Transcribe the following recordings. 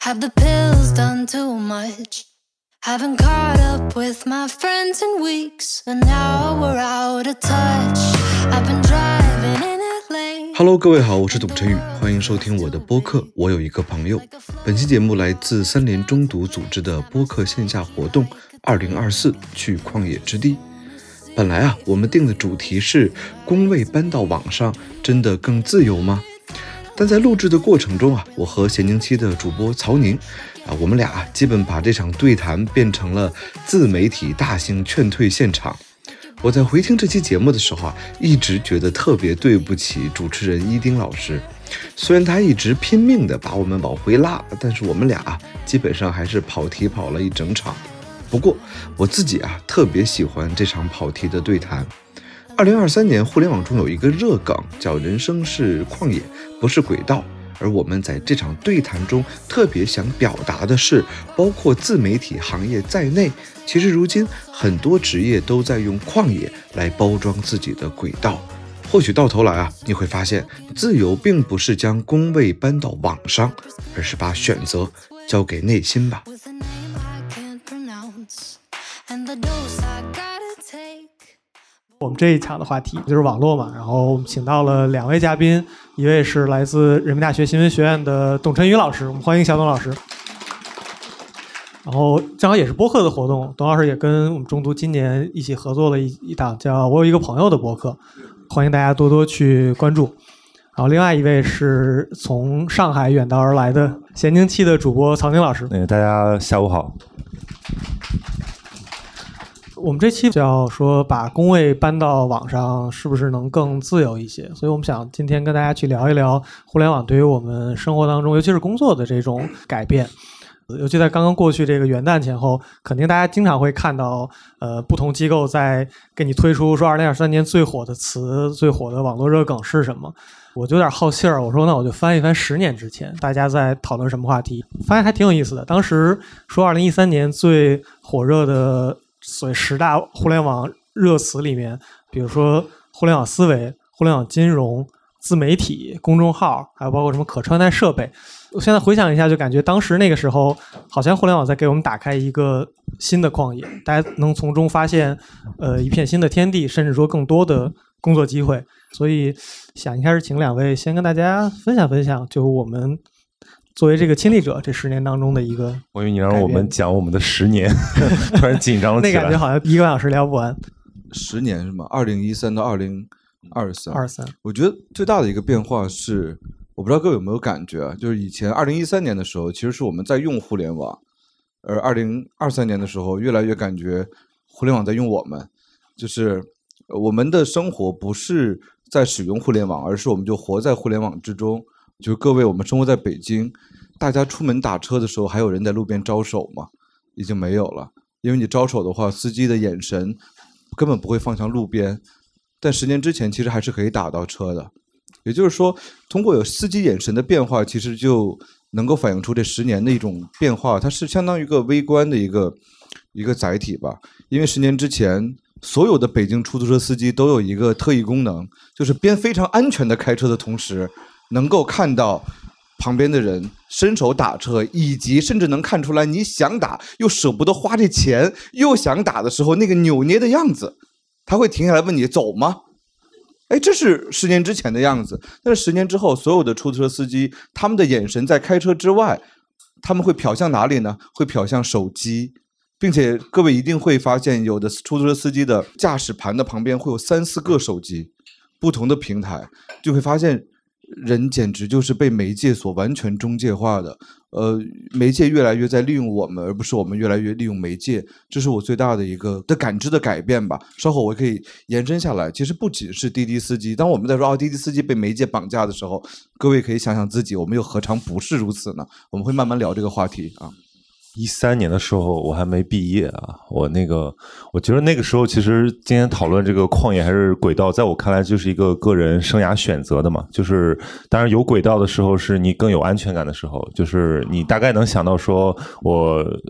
Have the pills done too much? Haven't caught up with my friends in weeks, and now we're out of touch. I've been driving in Hello， 各位好，我是董晨宇，欢迎收听我的播客。我有一个朋友，本期节目来自森林中读组织的播客线下活动2024去旷野之地。本来我们定的主题是工位搬到网上，真的更自由吗？但在录制的过程中我和闲宁期的主播曹宁我们俩基本把这场对谈变成了自媒体大型劝退现场。我在回听这期节目的时候一直觉得特别对不起主持人伊丁老师，虽然他一直拼命的把我们往回拉，但是我们俩基本上还是跑题跑了一整场。不过我自己特别喜欢这场跑题的对谈。2023年互联网中有一个热梗叫人生是旷野不是轨道，而我们在这场对谈中特别想表达的是，包括自媒体行业在内，其实如今很多职业都在用旷野来包装自己的轨道。或许到头来你会发现，自由并不是将工位搬到网上，而是把选择交给内心吧。 我们这一场的话题就是网络嘛，然后我们请到了两位嘉宾，一位是来自人民大学新闻学院的董晨宇老师，我们欢迎小董老师。然后正好也是播客的活动，董老师也跟我们中读今年一起合作了一档叫我有一个朋友的播客，欢迎大家多多去关注。然后另外一位是从上海远道而来的闲宁期的主播曹宁老师。 大家下午好。 我们这期叫说把工位搬到网上是不是能更自由一些，所以我们想今天跟大家去聊一聊互联网对于我们生活当中尤其是工作的这种改变。尤其在刚刚过去这个元旦前后，肯定大家经常会看到不同机构在给你推出说2023年最火的词最火的网络热梗是什么。我就有点好信儿，我说那我就翻一翻10年之前大家在讨论什么话题，发现还挺有意思的。当时说2013年最火热的所谓10大互联网热词里面，比如说互联网思维、互联网金融、自媒体、公众号，还有包括什么可穿戴设备。我现在回想一下，就感觉当时那个时候好像互联网在给我们打开一个新的旷野，大家能从中发现一片新的天地，甚至说更多的工作机会。所以想一开始请两位先跟大家分享分享，就我们作为这个亲历者这10年当中的一个， 我以为你让我们讲我们的10年突然紧张了起来。 那感觉好像1个半小时聊不完。 10年是吗？2013到2023。我觉得最大的一个变化是，我不知道各位有没有感觉就是以前2013年的时候其实是我们在用互联网，而2023年的时候越来越感觉互联网在用我们，就是我们的生活不是在使用互联网，而是我们就活在互联网之中。就各位，我们生活在北京，大家出门打车的时候还有人在路边招手吗？已经没有了，因为你招手的话，司机的眼神根本不会放向路边。但10年之前其实还是可以打到车的，也就是说通过有司机眼神的变化，其实就能够反映出这10年的一种变化，它是相当于一个微观的一个载体吧。因为10年之前所有的北京出租车司机都有一个特异功能，就是边非常安全的开车的同时能够看到旁边的人伸手打车，以及甚至能看出来你想打又舍不得花这钱又想打的时候那个扭捏的样子。他会停下来问你走吗？这是10年之前的样子。但是10年之后，所有的出租车司机他们的眼神在开车之外，他们会瞟向哪里呢？会瞟向手机，并且各位一定会发现有的出租车司机的驾驶盘的旁边会有3、4个手机，不同的平台，就会发现人简直就是被媒介所完全中介化的。媒介越来越在利用我们，而不是我们越来越利用媒介，这是我最大的一个感知的改变吧。稍后我可以延伸下来，其实不仅是滴滴司机，当我们在说滴滴司机被媒介绑架的时候，各位可以想想自己，我们又何尝不是如此呢？我们会慢慢聊这个话题 13年的时候我还没毕业我觉得那个时候其实今天讨论这个旷野还是轨道，在我看来就是一个个人生涯选择的嘛。就是当然有轨道的时候是你更有安全感的时候，就是你大概能想到说我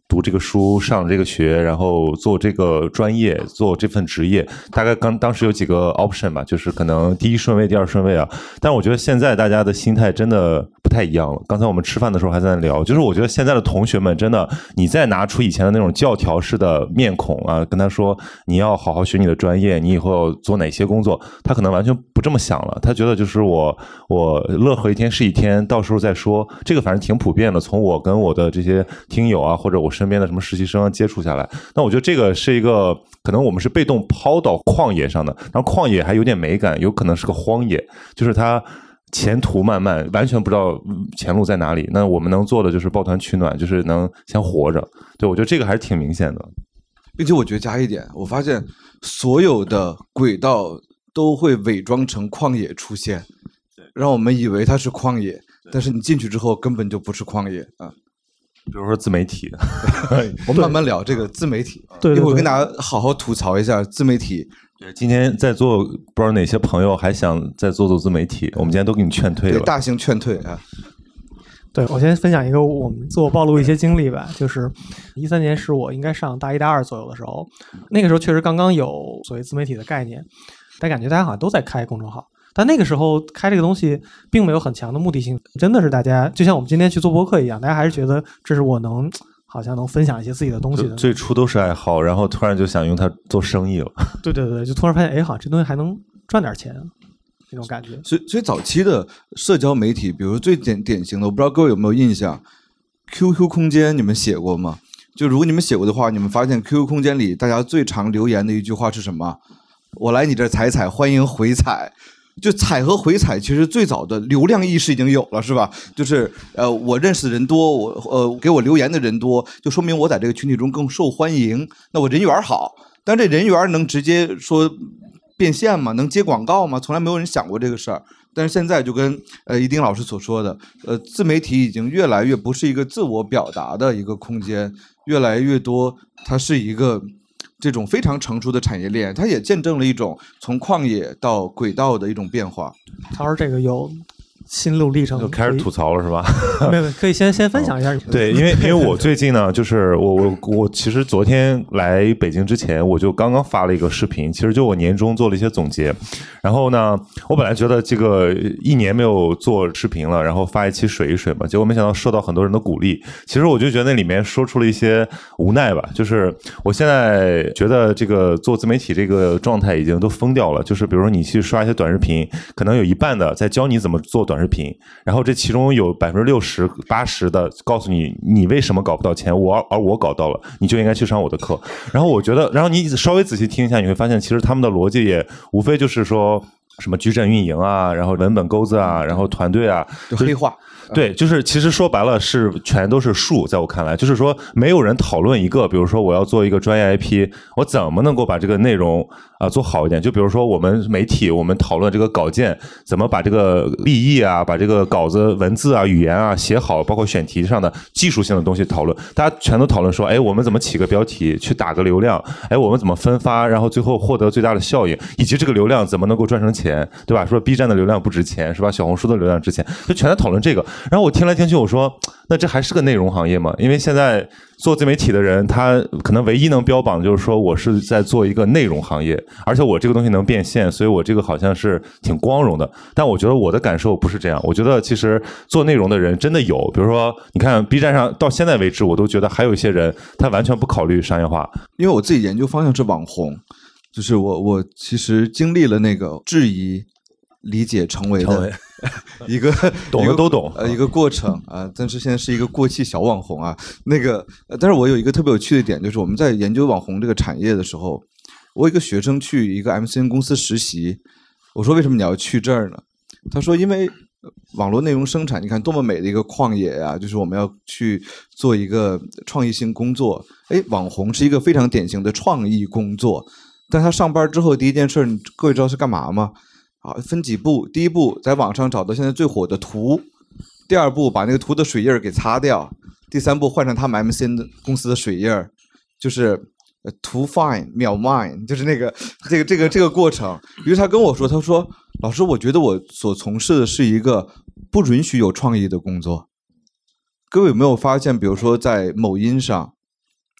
读这个书，上这个学，然后做这个专业，做这份职业，大概当时有几个 option 吧，就是可能第一顺位、第二顺位啊。但我觉得现在大家的心态真的不太一样了。刚才我们吃饭的时候还在聊，就是我觉得现在的同学们真的，你再拿出以前的那种教条式的面孔啊，跟他说你要好好学你的专业，你以后要做哪些工作，他可能完全不这么想了。他觉得就是我乐呵一天是一天，到时候再说。这个反正挺普遍的，从我跟我的这些听友啊，或者我身边的什么实习生接触下来，那我觉得这个是一个可能我们是被动抛到旷野上的，然后旷野还有点美感，有可能是个荒野，就是它前途漫漫，完全不知道前路在哪里。那我们能做的就是抱团取暖，就是能先活着。对，我觉得这个还是挺明显的。 并且我觉得加一点，我发现所有的轨道都会伪装成旷野出现，让我们以为它是旷野，但是你进去之后根本就不是旷野啊。 比如说自媒体， 我们慢慢聊这个自媒体。 对， 一会儿跟大家好好吐槽一下自媒体。 对，今天在座不知道哪些朋友还想再做自媒体，我们今天都给你劝退了。 对，大型劝退啊。 对，我先分享一个我们自我暴露一些经历吧，就是13年是我应该上大1大2左右的时候，那个时候确实刚刚有所谓自媒体的概念，但感觉大家好像都在开公众号。但那个时候开这个东西并没有很强的目的性，真的是大家就像我们今天去做播客一样，大家还是觉得这是我好像能分享一些自己的东西的。 最初都是爱好，然后突然就想用它做生意了。 对对对，就突然发现，哎，好像这东西还能赚点钱，那种感觉。 所以早期的社交媒体，比如最典型的，我不知道各位有没有印象 ，QQ 空间你们写过吗？就如果你们写过的话，你们发现 QQ 空间里大家最常留言的一句话是什么？我来你这踩踩，欢迎回踩。就踩和回踩，其实最早的流量意识已经有了，是吧？就是我认识的人多，我给我留言的人多，就说明我在这个群体中更受欢迎。那我人缘好，但这人缘能直接说变现吗？能接广告吗？从来没有人想过这个事儿。但是现在就跟一丁老师所说的，自媒体已经越来越不是一个自我表达的一个空间，越来越多它是一个这种非常成熟的产业链，它也见证了一种从旷野到轨道的一种变化。 曹老师这个有心路历程， 就开始吐槽了是吧？ 没有，可以先分享一下。 对，因为我最近呢，就是我其实昨天来北京之前，我就刚刚发了一个视频，其实就我年终做了一些总结。然后呢，我本来觉得这个1年没有做视频了，然后发一期水一水嘛，结果没想到受到很多人的鼓励。其实我就觉得那里面说出了一些无奈吧，就是我现在觉得这个做自媒体这个状态已经都疯掉了。就是比如说你去刷一些短视频，可能有一半的在教你怎么做短视频，然后这其中有60%、80%的告诉你为什么搞不到钱，而我搞到了，你就应该去上我的课。然后我觉得，然后你稍微仔细听一下，你会发现其实他们的逻辑也无非就是说什么矩阵运营啊，然后文本钩子啊，然后团队啊， 就黑化。 对，就是其实说白了是全都是术，在我看来，就是说没有人讨论一个，比如说我要做一个专业 IP， 我怎么能够把这个内容做好一点？就比如说我们媒体，我们讨论这个稿件怎么把这个立意啊，把这个稿子文字啊、语言啊写好，包括选题上的技术性的东西讨论，大家全都讨论说，哎，我们怎么起个标题去打个流量？哎，我们怎么分发，然后最后获得最大的效应，以及这个流量怎么能够赚成钱，对吧？说 B 站的流量不值钱，是吧？小红书的流量值钱，就全在讨论这个。然后我听来听去，我说，那这还是个内容行业吗？因为现在做自媒体的人，他可能唯一能标榜的就是说我是在做一个内容行业，而且我这个东西能变现，所以我这个好像是挺光荣的。但我觉得我的感受不是这样，我觉得其实做内容的人真的有，比如说你看 B 站上到现在为止，我都觉得还有一些人他完全不考虑商业化。 因为我自己研究方向是网红，就是我其实经历了那个质疑、理解、成为的一个懂的都懂一个过程啊，但是现在是一个过气小网红啊。那个，但是我有一个特别有趣的点，就是我们在研究网红这个产业的时候，我有一个学生去一个 MCN 公司实习，我说为什么你要去这儿呢？他说因为网络内容生产，你看多么美的一个旷野啊！就是我们要去做一个创意性工作，哎，网红是一个非常典型的创意工作。但他上班之后第一件事，各位知道是干嘛吗？啊，分几步。第一步，在网上找到现在最火的图；第二步，把那个图的水印给擦掉；第三步，换成他们 MCN 的公司的水印，就是图 fine 秒 mine， 就是那个这个过程。于是他跟我说，他说：“老师，我觉得我所从事的是一个不允许有创意的工作。”各位有没有发现，比如说在某音上，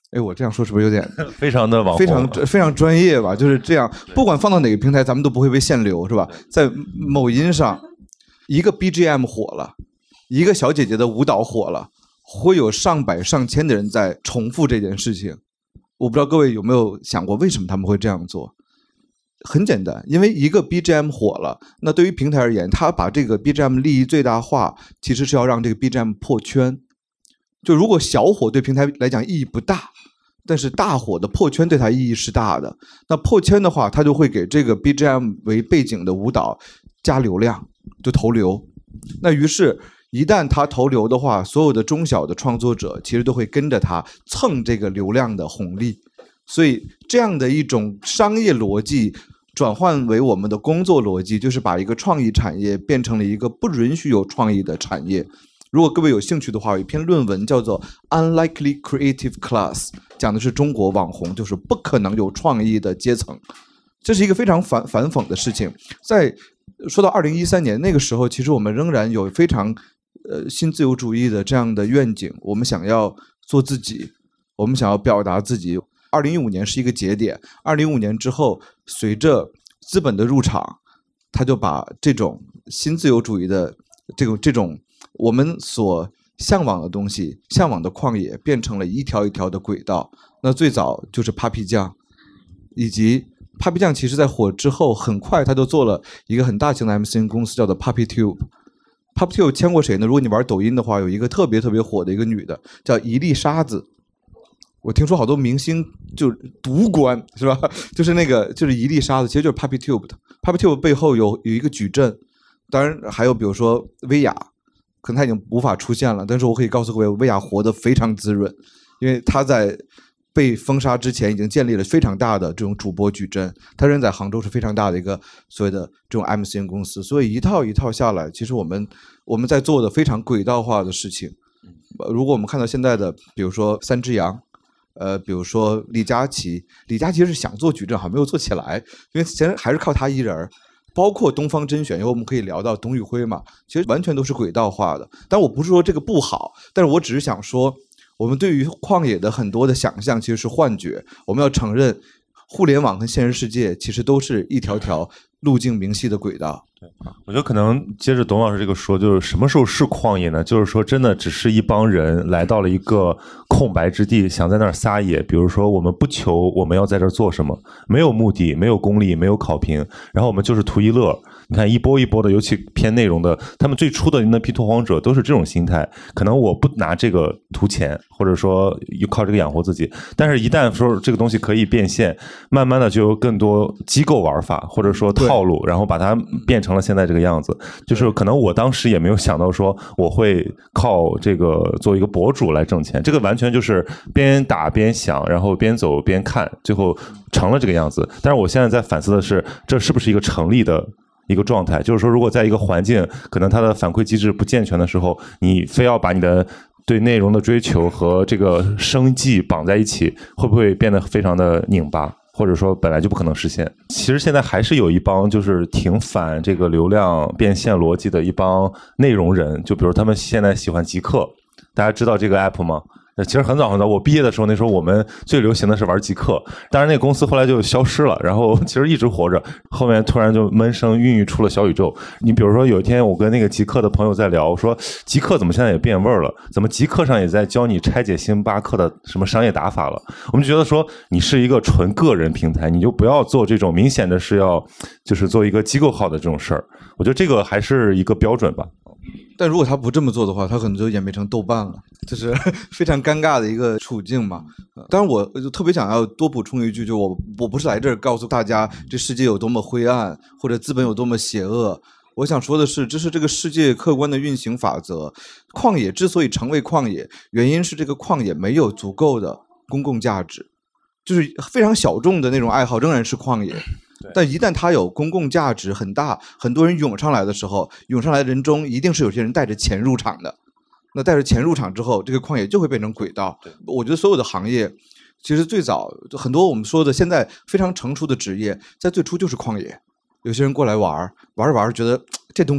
哎，我这样说是不是有点非常的网红， 非常专业吧？就是这样，不管放到哪个平台，咱们都不会被限流，是吧？在某音上，一个 BGM 火了，一个小姐姐的舞蹈火了，会有上百上千的人在重复这件事情。我不知道各位有没有想过，为什么他们会这样做？很简单，因为一个 BGM 火了，那对于平台而言，他把这个 BGM 利益最大化，其实是要让这个 BGM 破圈。就如果小火对平台来讲意义不大，但是大火的破圈对它意义是大的。那破圈的话，它就会给这个 BGM 为背景的舞蹈加流量，就投流。那于是一旦它投流的话，所有的中小的创作者其实都会跟着它蹭这个流量的红利。所以这样的一种商业逻辑转换为我们的工作逻辑，就是把一个创意产业变成了一个不允许有创意的产业。如果各位有兴趣的话，有一篇论文叫做 Unlikely Creative Class， 讲的是中国网红就是不可能有创意的阶层。这是一个非常反讽的事情。在说到2013年那个时候，其实我们仍然有非常新自由主义的这样的愿景，我们想要做自己，我们想要表达自己。2015年是一个节点，2015年之后，随着资本的入场，他就把这种新自由主义的这种我们所向往的东西，向往的旷野，变成了一条一条的轨道。那最早就是 Papi 酱，以及 Papi 酱其实在火之后，很快他就做了一个很大型的 MCN 公司，叫做 Papi Tube。Papi Tube 签过谁呢？如果你玩抖音的话，有一个特别特别火的一个女的，叫一粒沙子。我听说好多明星就独冠，是吧？就是那个就是一粒沙子，其实就是 Papi Tube 的。Papi Tube 背后有一个矩阵，当然还有比如说薇娅，可能他已经无法出现了，但是我可以告诉各位，薇娅活得非常滋润，因为他在被封杀之前已经建立了非常大的这种主播矩阵，他人在杭州是非常大的一个所谓的这种 MCN 公司，所以一套一套下来，其实我们在做的非常轨道化的事情。如果我们看到现在的，比如说三只羊。比如说李佳琦是想做矩阵，好像没有做起来，因为其实还是靠他一人。包括东方甄选，因为我们可以聊到董宇辉嘛，其实完全都是轨道化的。但我不是说这个不好，但是我只是想说，我们对于旷野的很多的想象其实是幻觉。我们要承认，互联网跟现实世界其实都是一条条路径明晰的轨道。 我觉得可能接着董老师这个说，就是什么时候是旷野呢？就是说真的只是一帮人来到了一个空白之地，想在那儿撒野。比如说我们不求我们要在这儿做什么，没有目的，没有功利，没有考评，然后我们就是图一乐。你看一波一波的，尤其偏内容的，他们最初的那批拓荒者都是这种心态，可能我不拿这个图钱，或者说靠这个养活自己，但是一旦说这个东西可以变现，慢慢的就有更多机构玩法或者说套路，然后把它变成了现在这个样子。就是可能我当时也没有想到说我会靠这个做一个博主来挣钱，这个完全就是边打边想，然后边走边看，最后成了这个样子。但是我现在在反思的是，这是不是一个成立的一个状态？就是说如果在一个环境可能它的反馈机制不健全的时候，你非要把你的对内容的追求和这个生计绑在一起，会不会变得非常的拧巴，或者说本来就不可能实现？其实现在还是有一帮就是挺反这个流量变现逻辑的一帮内容人，就比如他们现在喜欢极客，大家知道这个 app 吗？其实很早很早，我毕业的时候，那时候我们最流行的是玩极客，当然那个公司后来就消失了，然后其实一直活着，后面突然就闷声孕育出了小宇宙。你比如说有一天我跟那个极客的朋友在聊，我说极客怎么现在也变味了，怎么极客上也在教你拆解星巴克的什么商业打法了？我们就觉得说你是一个纯个人平台，你就不要做这种明显的是要就是做一个机构号的这种事儿，我觉得这个还是一个标准吧。 但如果他不这么做的话，他可能就演变成豆瓣了，就是非常尴尬的一个处境嘛。当然我就特别想要多补充一句，就我不是来这儿告诉大家这世界有多么灰暗，或者资本有多么邪恶。我想说的是，这是这个世界客观的运行法则。旷野之所以成为旷野，原因是这个旷野没有足够的公共价值，就是非常小众的那种爱好仍然是旷野。但一旦它有公共价值很大，很多人涌上来的时候，涌上来的人中一定是有些人带着钱入场的。那带着钱入场之后，这个旷野就会变成轨道。我觉得所有的行业，其实最早很多我们说的现在非常成熟的职业，在最初就是旷野。有些人过来玩着玩着觉得这东西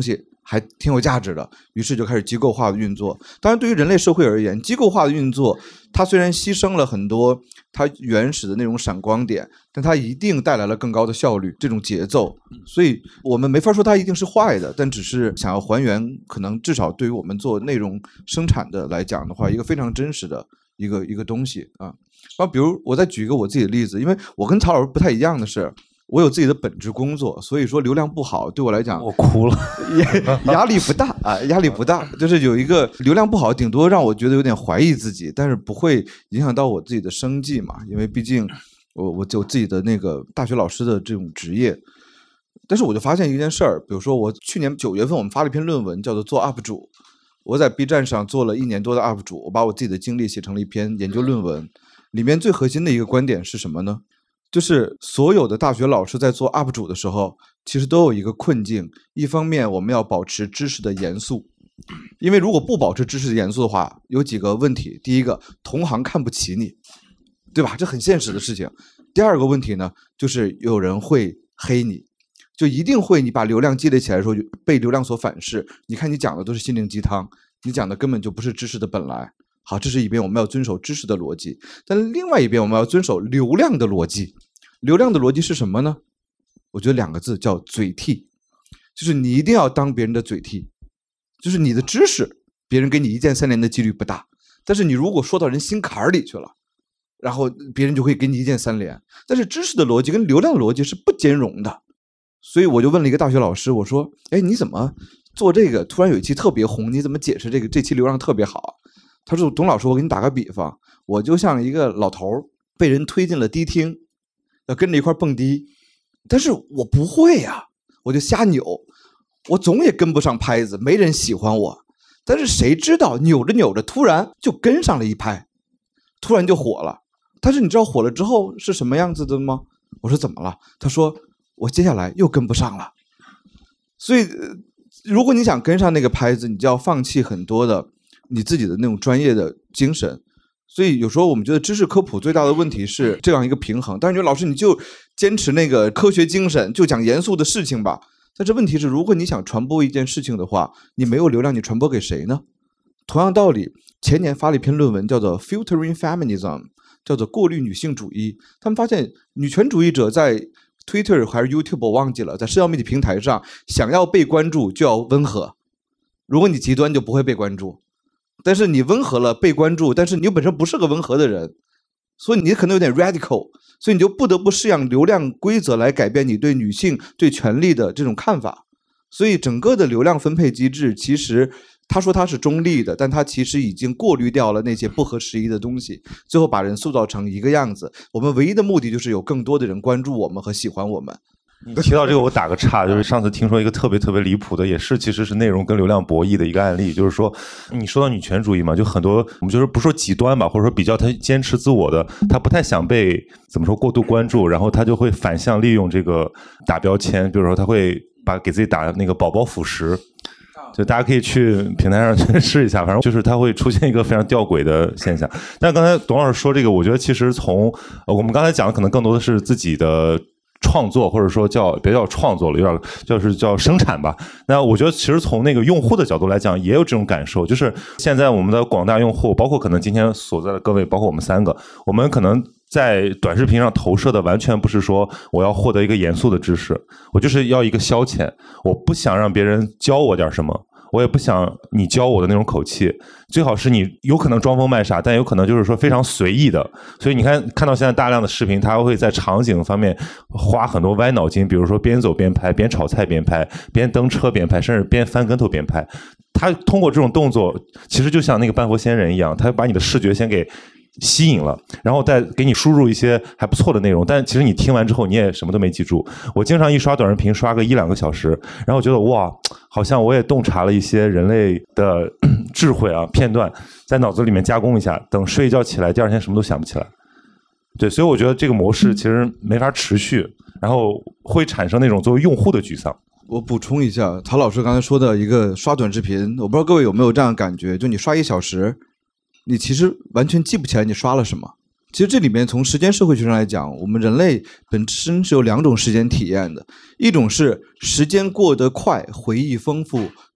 还挺有价值的，于是就开始机构化的运作。当然对于人类社会而言，机构化的运作它虽然牺牲了很多它原始的那种闪光点，但它一定带来了更高的效率，这种节奏。所以我们没法说它一定是坏的，但只是想要还原可能至少对于我们做内容生产的来讲的话，一个非常真实的一个东西啊。比如我再举一个我自己的例子，因为我跟曹老师不太一样的是，我有自己的本职工作，所以说流量不好对我来讲， 我哭了， 压力不大啊，压力不大，就是有一个流量不好，顶多让我觉得有点怀疑自己，但是不会影响到我自己的生计嘛，因为毕竟我有自己的那个大学老师的这种职业。但是我就发现一件事儿，比如说我去年9月份我们发了一篇论文，叫做做 UP 主，我在 B 站上做了1年多的 UP 主，我把我自己的经历写成了一篇研究论文，里面最核心的一个观点是什么呢？就是所有的大学老师在做 UP 主的时候，其实都有一个困境。一方面我们要保持知识的严肃，因为如果不保持知识的严肃的话，有几个问题。第一个，同行看不起你，对吧？这很现实的事情。第二个问题呢，就是有人会黑你，就一定会你把流量积累起来的时候被流量所反噬。你看你讲的都是心灵鸡汤，你讲的根本就不是知识的本来。好，这是一边我们要遵守知识的逻辑，但另外一边我们要遵守流量的逻辑。流量的逻辑是什么呢？我觉得2个字叫嘴替，就是你一定要当别人的嘴替，就是你的知识别人给你一键3连的几率不大，但是你如果说到人心坎里去了，然后别人就会给你一键3连。但是知识的逻辑跟流量的逻辑是不兼容的，所以我就问了一个大学老师，我说你怎么做这个突然有一期特别红，你怎么解释这期流量特别好？他说董老师，我给你打个比方，我就像一个老头被人推进了迪厅，要跟着一块蹦迪，但是我不会呀，我就瞎扭，我总也跟不上拍子，没人喜欢我。但是谁知道扭着扭着突然就跟上了一拍，突然就火了。但是你知道火了之后是什么样子的吗？我说怎么了？他说我接下来又跟不上了。所以如果你想跟上那个拍子，你就要放弃很多的你自己的那种专业的精神。所以有时候我们觉得知识科普最大的问题是这样一个平衡，但是你说老师你就坚持那个科学精神，就讲严肃的事情吧。但是问题是，如果你想传播一件事情的话，你没有流量，你传播给谁呢？同样道理，前年发了一篇论文叫做 Filtering Feminism， 叫做过滤女性主义。他们发现女权主义者在 Twitter 还是 YouTube 我忘记了，在社交媒体平台上想要被关注就要温和，如果你极端就不会被关注。但是你温和了被关注，但是你本身不是个温和的人，所以你可能有点 radical， 所以你就不得不适应流量规则来改变你对女性对权利的这种看法。所以整个的流量分配机制其实他说它是中立的，但它其实已经过滤掉了那些不合时宜的东西，最后把人塑造成一个样子。我们唯一的目的就是有更多的人关注我们和喜欢我们。 你提到这个我打个岔，就是上次听说一个特别离谱的，也是其实是内容跟流量博弈的一个案例，就是说你说到女权主义嘛，就很多我们就是不说极端吧，或者说比较他坚持自我的，他不太想被怎么说过度关注，然后他就会反向利用这个打标签，比如说他会给自己打那个宝宝辅食，就大家可以去平台上去试一下，反正就是它会出现一个非常吊诡的现象。但刚才董老师说这个，我觉得其实从我们刚才讲的可能更多的是自己的创作，或者说别叫创作了，有点叫生产吧。那我觉得其实从那个用户的角度来讲，也有这种感受，就是现在我们的广大用户，包括可能今天所在的各位，包括我们3个，我们可能在短视频上投射的完全不是说我要获得一个严肃的知识，我就是要一个消遣，我不想让别人教我点什么，我也不想你教我的那种口气，最好是你有可能装疯卖傻，但有可能就是说非常随意的。所以你看到现在大量的视频，它会在场景方面花很多歪脑筋，比如说边走边拍，边炒菜边拍，边蹬车边拍，甚至边翻跟头边拍。他通过这种动作，其实就像那个半佛仙人一样，他把你的视觉先给吸引了，然后再给你输入一些还不错的内容，但其实你听完之后你也什么都没记住。我经常一刷短视频刷个1-2个小时，然后我觉得哇，好像我也洞察了一些人类的智慧啊片段，在脑子里面加工一下，等睡一觉起来第2天什么都想不起来。对，所以我觉得这个模式其实没法持续，然后会产生那种作为用户的沮丧。 我补充一下曹老师刚才说的一个刷短视频，我不知道各位有没有这样的感觉，就你刷1小时，你其实完全记不起来你刷了什么。其实这里面从时间社会学上来讲，我们人类本身是有2种时间体验的，一种是时间过得快，回忆丰富，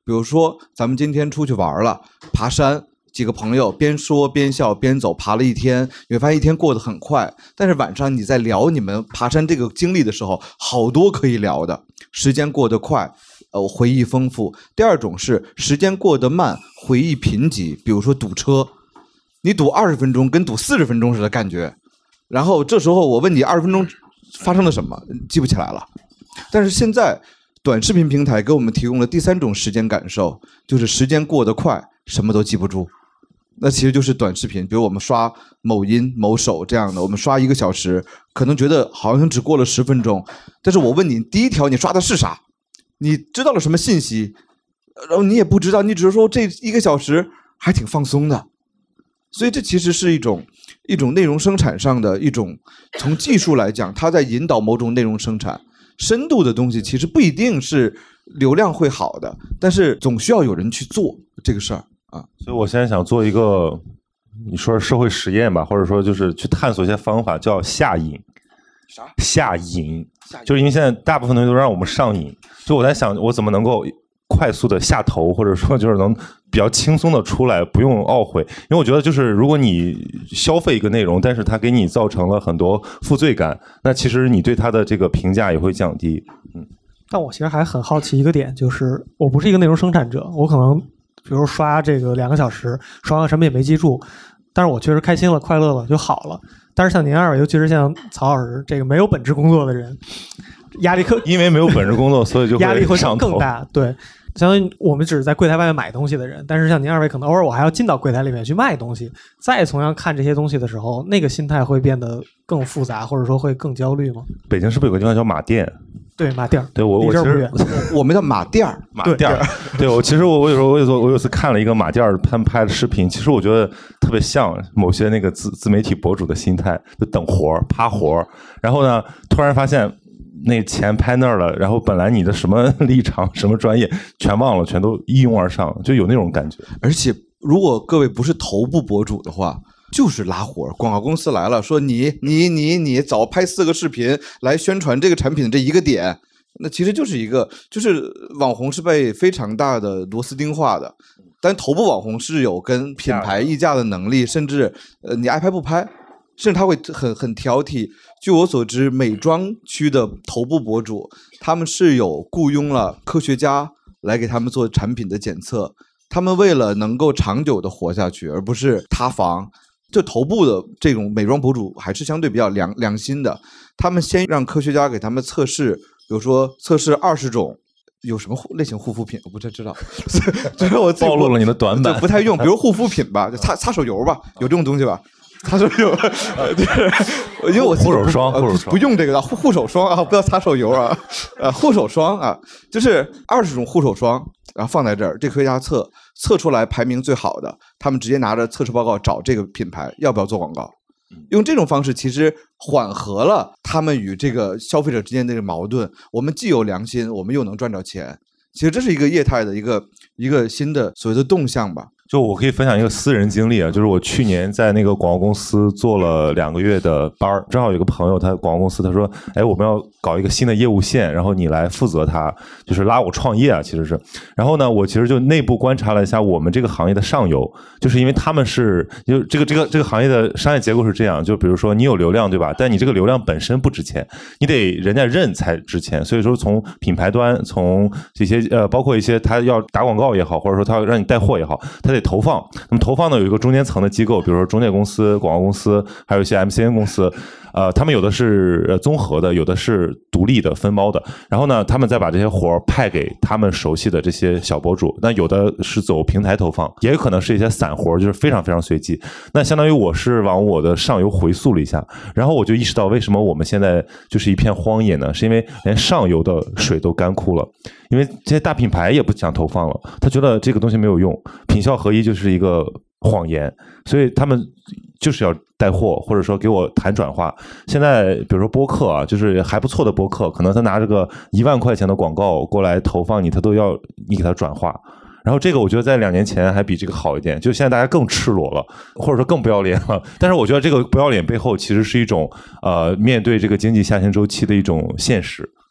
比如说咱们今天出去玩了，爬山，几个朋友边说边笑边走，爬了一天，你会发现一天过得很快。但是晚上你在聊你们爬山这个经历的时候，好多可以聊的，时间过得快，回忆丰富。第二种是时间过得慢，回忆贫瘠。比如说堵车，你堵20分钟跟堵40分钟似的感觉，然后这时候我问你20分钟发生了什么，记不起来了。但是现在短视频平台给我们提供了第3种时间感受，就是时间过得快，什么都记不住。那其实就是短视频，比如我们刷某音、某手这样的，我们刷1个小时，可能觉得好像只过了10分钟，但是我问你，第一条你刷的是啥？你知道了什么信息？然后你也不知道，你只是说这1个小时还挺放松的。所以这其实是一种内容生产上的一种，从技术来讲，它在引导某种内容生产。深度的东西其实不一定是流量会好的，但是总需要有人去做这个事儿啊。 所以我现在想做一个，你说社会实验吧，或者说就是去探索一些方法，叫下瘾。 啥？ 下瘾，就是因为现在大部分东西都让我们上瘾。就我在想，我怎么能够快速的下头，或者说就是能比较轻松的出来，不用懊悔。因为我觉得就是如果你消费一个内容，但是它给你造成了很多负罪感，那其实你对它的这个评价也会降低。 但我其实还很好奇一个点，就是我不是一个内容生产者，我可能比如刷这个2个小时，刷完什么也没记住，但是我确实开心了、快乐了就好了。但是像您二位，尤其是像曹老师这个没有本职工作的人，压力因为没有本职工作，所以就压力会上头更大。对，相当于我们只是在柜台外面买东西的人，但是像您二位，可能偶尔我还要进到柜台里面去卖东西，再同样看这些东西的时候，那个心态会变得更复杂，或者说会更焦虑吗？ 北京是不是有个地方叫马店？ 对，马店。 对，我其实我们叫马店儿， 马店儿。对，我其实我有次看了一个马店儿他们拍的视频，其实我觉得特别像某些那个自媒体博主的心态，就等活儿、趴活儿，然后呢，突然发现那钱拍那儿了，然后本来你的什么立场、什么专业全忘了，全都一拥而上，就有那种感觉。 而且，如果各位不是头部博主的话，就是拉活，广告公司来了，说你早拍4个视频来宣传这个产品的这一个点，那其实就是就是网红是被非常大的螺丝钉化的，但头部网红是有跟品牌议价的能力，甚至你爱拍不拍，甚至他会很挑剔。据我所知，美妆区的头部博主他们是有雇佣了科学家来给他们做产品的检测，他们为了能够长久的活下去，而不是塌房。就头部的这种美妆博主还是相对比较良心的，他们先让科学家给他们测试，比如说测试20种有什么类型护肤品，我不太知道，这是我暴露了你的短板， 不太用，比如护肤品吧，擦手油吧，有这种东西吧。擦手油，因为我护手霜， 不用这个的护手霜啊，不要擦手油啊，护手霜啊，就是20种护手霜，然后放在这儿，这科学家测出来排名最好的，他们直接拿着测试报告找这个品牌要不要做广告，用这种方式其实缓和了他们与这个消费者之间的这个矛盾。我们既有良心，我们又能赚着钱。其实这是一个业态的一个新的所谓的动向吧。 就我可以分享一个私人经历啊，就是我去年在那个广告公司做了2个月的班，正好有个朋友，他广告公司他说，哎，我们要搞一个新的业务线，然后你来负责它，就是拉我创业啊，其实是。然后呢，我其实就内部观察了一下我们这个行业的上游，就是因为他们是就这个行业的商业结构是这样，就比如说你有流量对吧？但你这个流量本身不值钱，你得人家认才值钱。所以说从品牌端，从这些包括一些他要打广告也好，或者说他要让你带货也好，他得投放。那么投放呢有一个中间层的机构，比如说中介公司、广告公司，还有一些 MCN 公司。他们有的是综合的，有的是独立的分包的，然后呢他们再把这些活派给他们熟悉的这些小博主，那有的是走平台投放，也有可能是一些散活，就是非常非常随机。那相当于我是往我的上游回溯了一下，然后我就意识到为什么我们现在就是一片荒野呢？是因为连上游的水都干枯了，因为这些大品牌也不想投放了，他觉得这个东西没有用，品效合一就是一个谎言，所以他们就是要带货，或者说给我谈转化。现在比如说播客啊，就是还不错的播客，可能他拿这个1万块钱的广告过来投放你，他都要你给他转化。然后这个我觉得在2年前还比这个好一点，就现在大家更赤裸了，或者说更不要脸了。但是我觉得这个不要脸背后其实是一种面对这个经济下行周期的一种现实。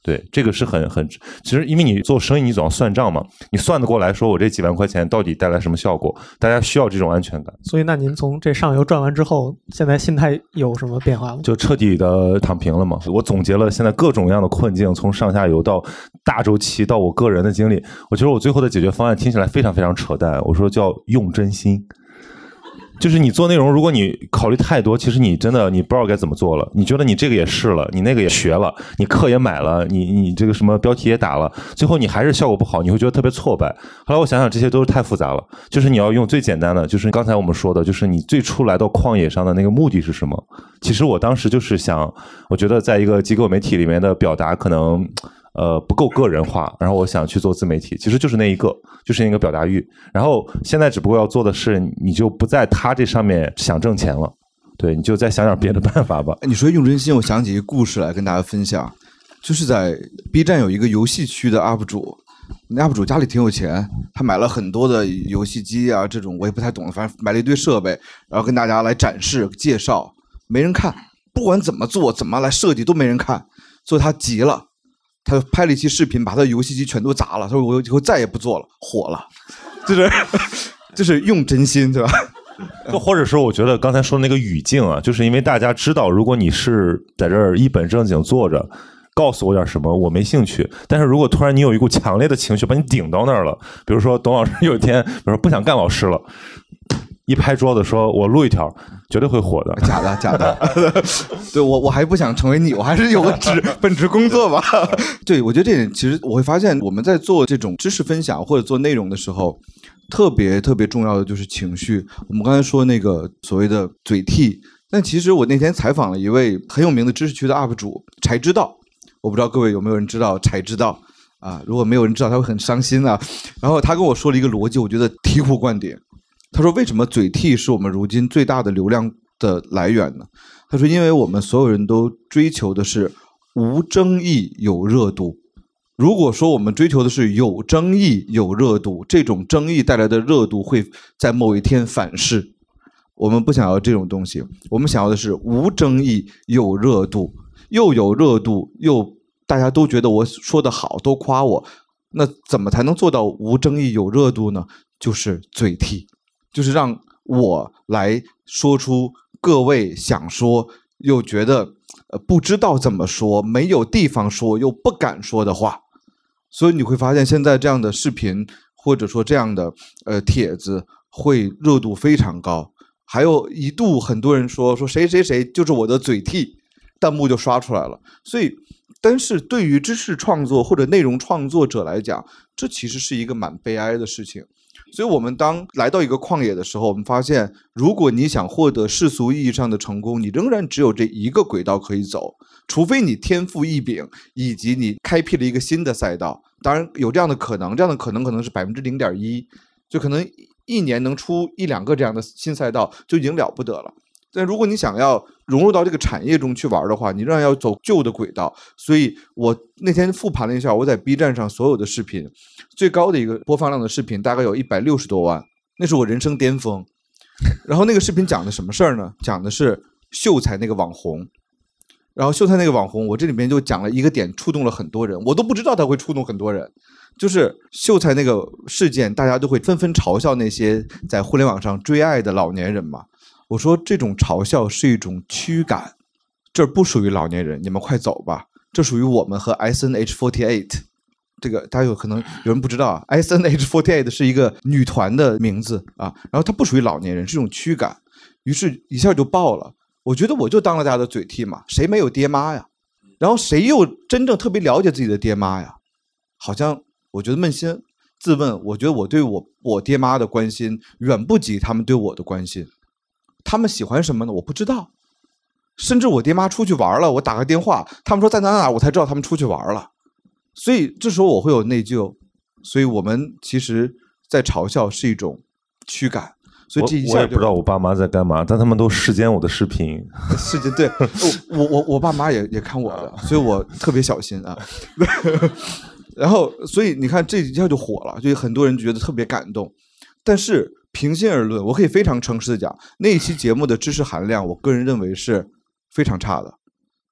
对，这个是很，其实因为你做生意，你总要算账嘛，你算得过来，说我这几万块钱到底带来什么效果？大家需要这种安全感。 所以，那您从这上游赚完之后，现在心态有什么变化吗？ 就彻底的躺平了嘛。我总结了现在各种各样的困境，从上下游到大周期到我个人的经历，我觉得我最后的解决方案听起来非常非常扯淡。我说叫用真心。就是你做内容，如果你考虑太多，其实你真的你不知道该怎么做了。你觉得你这个也试了，你那个也学了，你课也买了，你这个什么标题也打了，最后你还是效果不好，你会觉得特别挫败。后来我想想，这些都是太复杂了。就是你要用最简单的，就是刚才我们说的，就是你最初来到旷野上的那个目的是什么？其实我当时就是想，我觉得在一个机构媒体里面的表达可能不够个人化，然后我想去做自媒体，其实就是那一个，就是那个表达欲。然后现在只不过要做的是，你就不在它这上面想挣钱了，对，你就再想点别的办法吧。 你说用真心，我想起一个故事来跟大家分享，就是在 B 站有一个游戏区的 UP 主，那 UP 主家里挺有钱，他买了很多的游戏机啊，这种我也不太懂，反正买了一堆设备，然后跟大家来展示介绍，没人看，不管怎么做怎么来设计都没人看，所以他急了。他拍了一期视频，把他的游戏机全都砸了。他说：“我以后再也不做了，火了。”就是用真心，对吧？ 就或者说，我觉得刚才说的那个语境啊，就是因为大家知道，如果你是在这儿一本正经坐着，告诉我点什么，我没兴趣。但是如果突然你有一股强烈的情绪把你顶到那儿了，比如说董老师有一天，比如说不想干老师了。一拍桌子说我录一条绝对会火的。 假的对，我还不想成为你，我还是有个本职工作吧。对，我觉得这点其实我会发现我们在做这种知识分享或者做内容的时候，特别重要的就是情绪。我们刚才说那个所谓的嘴替，但其实我那天采访了一位很有名的知识区的 UP 主柴知道，我不知道各位有没有人知道柴知道啊？如果没有人知道他会很伤心啊。然后他跟我说了一个逻辑，我觉得醍醐灌顶。他说为什么嘴替是我们如今最大的流量的来源呢？他说因为我们所有人都追求的是无争议有热度。如果说我们追求的是有争议有热度，这种争议带来的热度会在某一天反噬。我们不想要这种东西，我们想要的是无争议有热度，又有热度又大家都觉得我说的好，都夸我。那怎么才能做到无争议有热度呢？就是嘴替，就是让我来说出各位想说又觉得不知道怎么说，没有地方说又不敢说的话。所以你会发现现在这样的视频或者说这样的帖子会热度非常高。还有一度很多人说谁谁谁就是我的嘴替，弹幕就刷出来了。所以但是对于知识创作或者内容创作者来讲，这其实是一个蛮悲哀的事情。所以我们当来到一个旷野的时候，我们发现如果你想获得世俗意义上的成功，你仍然只有这一个轨道可以走，除非你天赋异禀，以及你开辟了一个新的赛道。当然有这样的可能，这样的可能是 0.1%， 就可能一年能出1-2个这样的新赛道就已经了不得了。但如果你想要融入到这个产业中去玩的话，你仍然要走旧的轨道。所以我那天复盘了一下，我在 B 站上所有的视频，最高的一个播放量的视频大概有160多万，那是我人生巅峰。然后那个视频讲的什么事儿呢？讲的是秀才那个网红。然后秀才那个网红，我这里面就讲了一个点，触动了很多人，我都不知道他会触动很多人。就是秀才那个事件，大家都会纷纷嘲笑那些在互联网上追爱的老年人嘛。我说这种嘲笑是一种驱赶，这不属于老年人，你们快走吧，这属于我们和 SNH48。 这个大家有可能有人不知道啊， SNH48 是一个女团的名字啊，然后它不属于老年人，是一种驱赶，于是一下就爆了。我觉得我就当了大家的嘴替嘛，谁没有爹妈呀？然后谁又真正特别了解自己的爹妈呀？好像我觉得扪心自问，我觉得我对我爹妈的关心远不及他们对我的关心。他们喜欢什么呢？我不知道。甚至我爹妈出去玩了，我打个电话，他们说在哪，我才知道他们出去玩了。所以这时候我会有内疚。所以我们其实在嘲笑是一种驱赶。所以这一下我也不知道我爸妈在干嘛，但他们都视奸我的视频。 视奸，对，我爸妈也看我的，所以我特别小心啊。然后所以你看这一下就火了，就很多人觉得特别感动。但是平心而论，我可以非常诚实的讲，那一期节目的知识含量我个人认为是非常差的。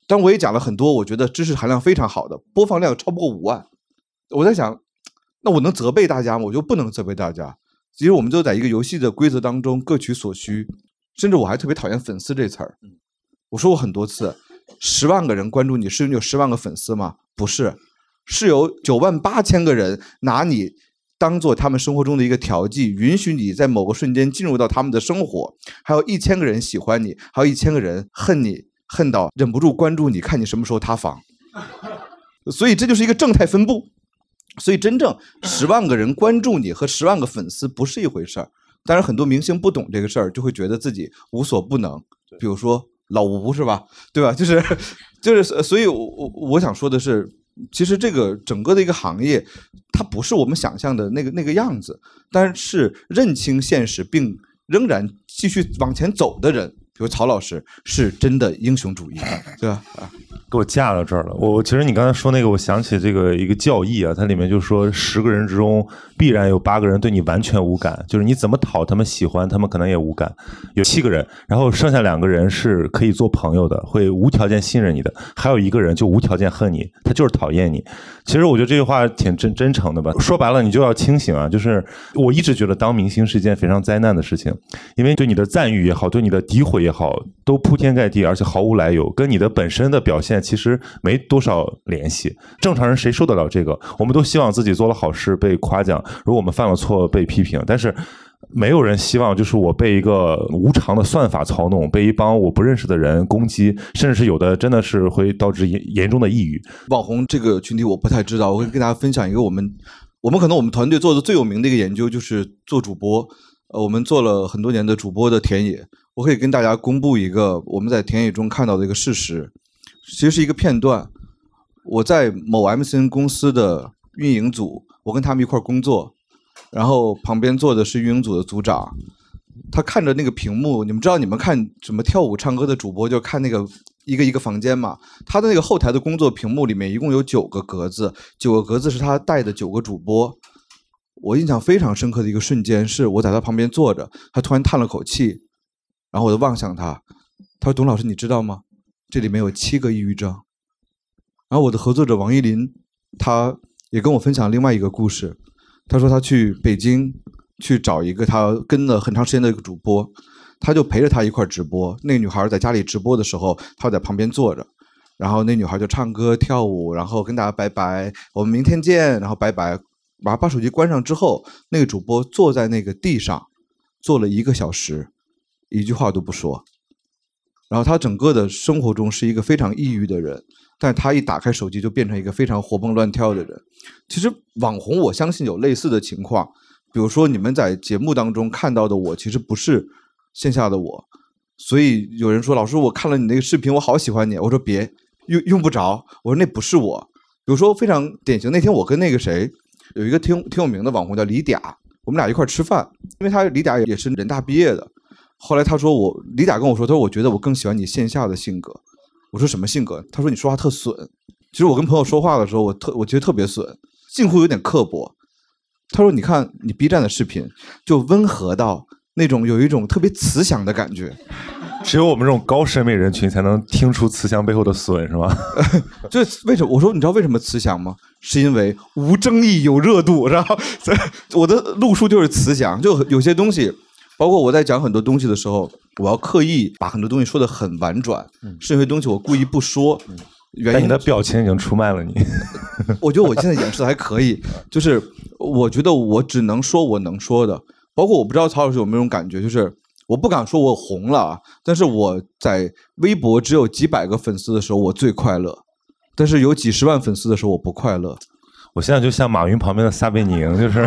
但我也讲了很多我觉得知识含量非常好的，播放量超不过5万。我在想，那我能责备大家吗？我就不能责备大家。其实我们就在一个游戏的规则当中各取所需，甚至我还特别讨厌粉丝这词儿。我说过很多次，10万个人关注你，是因为有10万个粉丝吗？不是，是有98000个人拿你当做他们生活中的一个调剂，允许你在某个瞬间进入到他们的生活，还有1000个人喜欢你，还有1000个人恨你，恨到忍不住关注你，看你什么时候塌房。所以这就是一个正态分布。所以真正10万个人关注你和10万个粉丝不是一回事儿。当然很多明星不懂这个事儿，就会觉得自己无所不能，比如说老吴是吧，对吧？就是所以我想说的是，其实这个整个的一个行业它不是我们想象的那个样子，但是认清现实并仍然继续往前走的人，比如曹老师是真的英雄主义，对吧？ 给我架到这儿了。其实你刚才说那个，我想起这个一个教义啊，它里面就说10个人之中必然有8个人对你完全无感，就是你怎么讨他们喜欢，他们可能也无感。有7个人，然后剩下2个人是可以做朋友的，会无条件信任你的，还有1个人就无条件恨你，他就是讨厌你。其实我觉得这句话挺真诚的吧。说白了，你就要清醒啊。就是我一直觉得当明星是一件非常灾难的事情，因为对你的赞誉也好，对你的诋毁也好，都铺天盖地，而且毫无来由，跟你的本身的表现其实没多少联系。正常人谁受得了这个？我们都希望自己做了好事被夸奖，如果我们犯了错被批评，但是没有人希望就是我被一个无偿的算法操弄，被一帮我不认识的人攻击，甚至是有的真的是会导致严重的抑郁。 网红这个群体我不太知道，我会跟大家分享一个我们可能我们团队做的最有名的一个研究，就是做主播。我们做了很多年的主播的田野，我可以跟大家公布一个我们在田野中看到的一个事实，其实是一个片段。我在某 MCN 公司的运营组，我跟他们一块工作，然后旁边坐的是运营组的组长，他看着那个屏幕，你们知道你们看什么跳舞唱歌的主播就看那个一个房间嘛，他的那个后台的工作屏幕里面一共有9个格子，9个格子是他带的9个主播。我印象非常深刻的一个瞬间是我在他旁边坐着，他突然叹了口气，然后我就望向他，他说：“董老师，你知道吗？这里面有7个抑郁症。”然后我的合作者王依林，他也跟我分享另外一个故事，他说他去北京去找一个他跟了很长时间的一个主播，他就陪着他一块直播。那个女孩在家里直播的时候，他在旁边坐着，然后那女孩就唱歌跳舞，然后跟大家拜拜，我们明天见，然后拜拜。把手机关上之后，那个主播坐在那个地上坐了1个小时，一句话都不说。然后他整个的生活中是一个非常抑郁的人，但是他一打开手机就变成一个非常活蹦乱跳的人。其实网红我相信有类似的情况，比如说你们在节目当中看到的我其实不是线下的我，所以有人说老师我看了你那个视频我好喜欢你，我说别用不着，我说那不是我。比如说非常典型，那天我跟那个谁有一个挺有名的网红叫李嗲，我们俩一块吃饭，因为他李嗲也是人大毕业的。后来他说李嗲跟我说，他说我觉得我更喜欢你线下的性格。我说什么性格？他说你说话特损。其实我跟朋友说话的时候，我觉得特别损，近乎有点刻薄。他说你看你 B 站的视频，就温和到那种有一种特别慈祥的感觉。 只有我们这种高审美人群才能听出慈祥背后的损，是吧？ 这为什么？我说你知道为什么慈祥吗？是因为无争议有热度，然后我的路数就是慈祥。就有些东西，包括我在讲很多东西的时候，我要刻意把很多东西说得很婉转，是因为东西我故意不说。原因但你的表情已经出卖了你。 我觉得我现在演示的还可以，就是我觉得我只能说我能说的。包括我不知道曹老师有没有这种感觉，就是我不敢说我红了，但是我在微博只有几百个粉丝的时候我最快乐，但是有几10万粉丝的时候我不快乐。 我现在就像马云旁边的撒贝宁，就是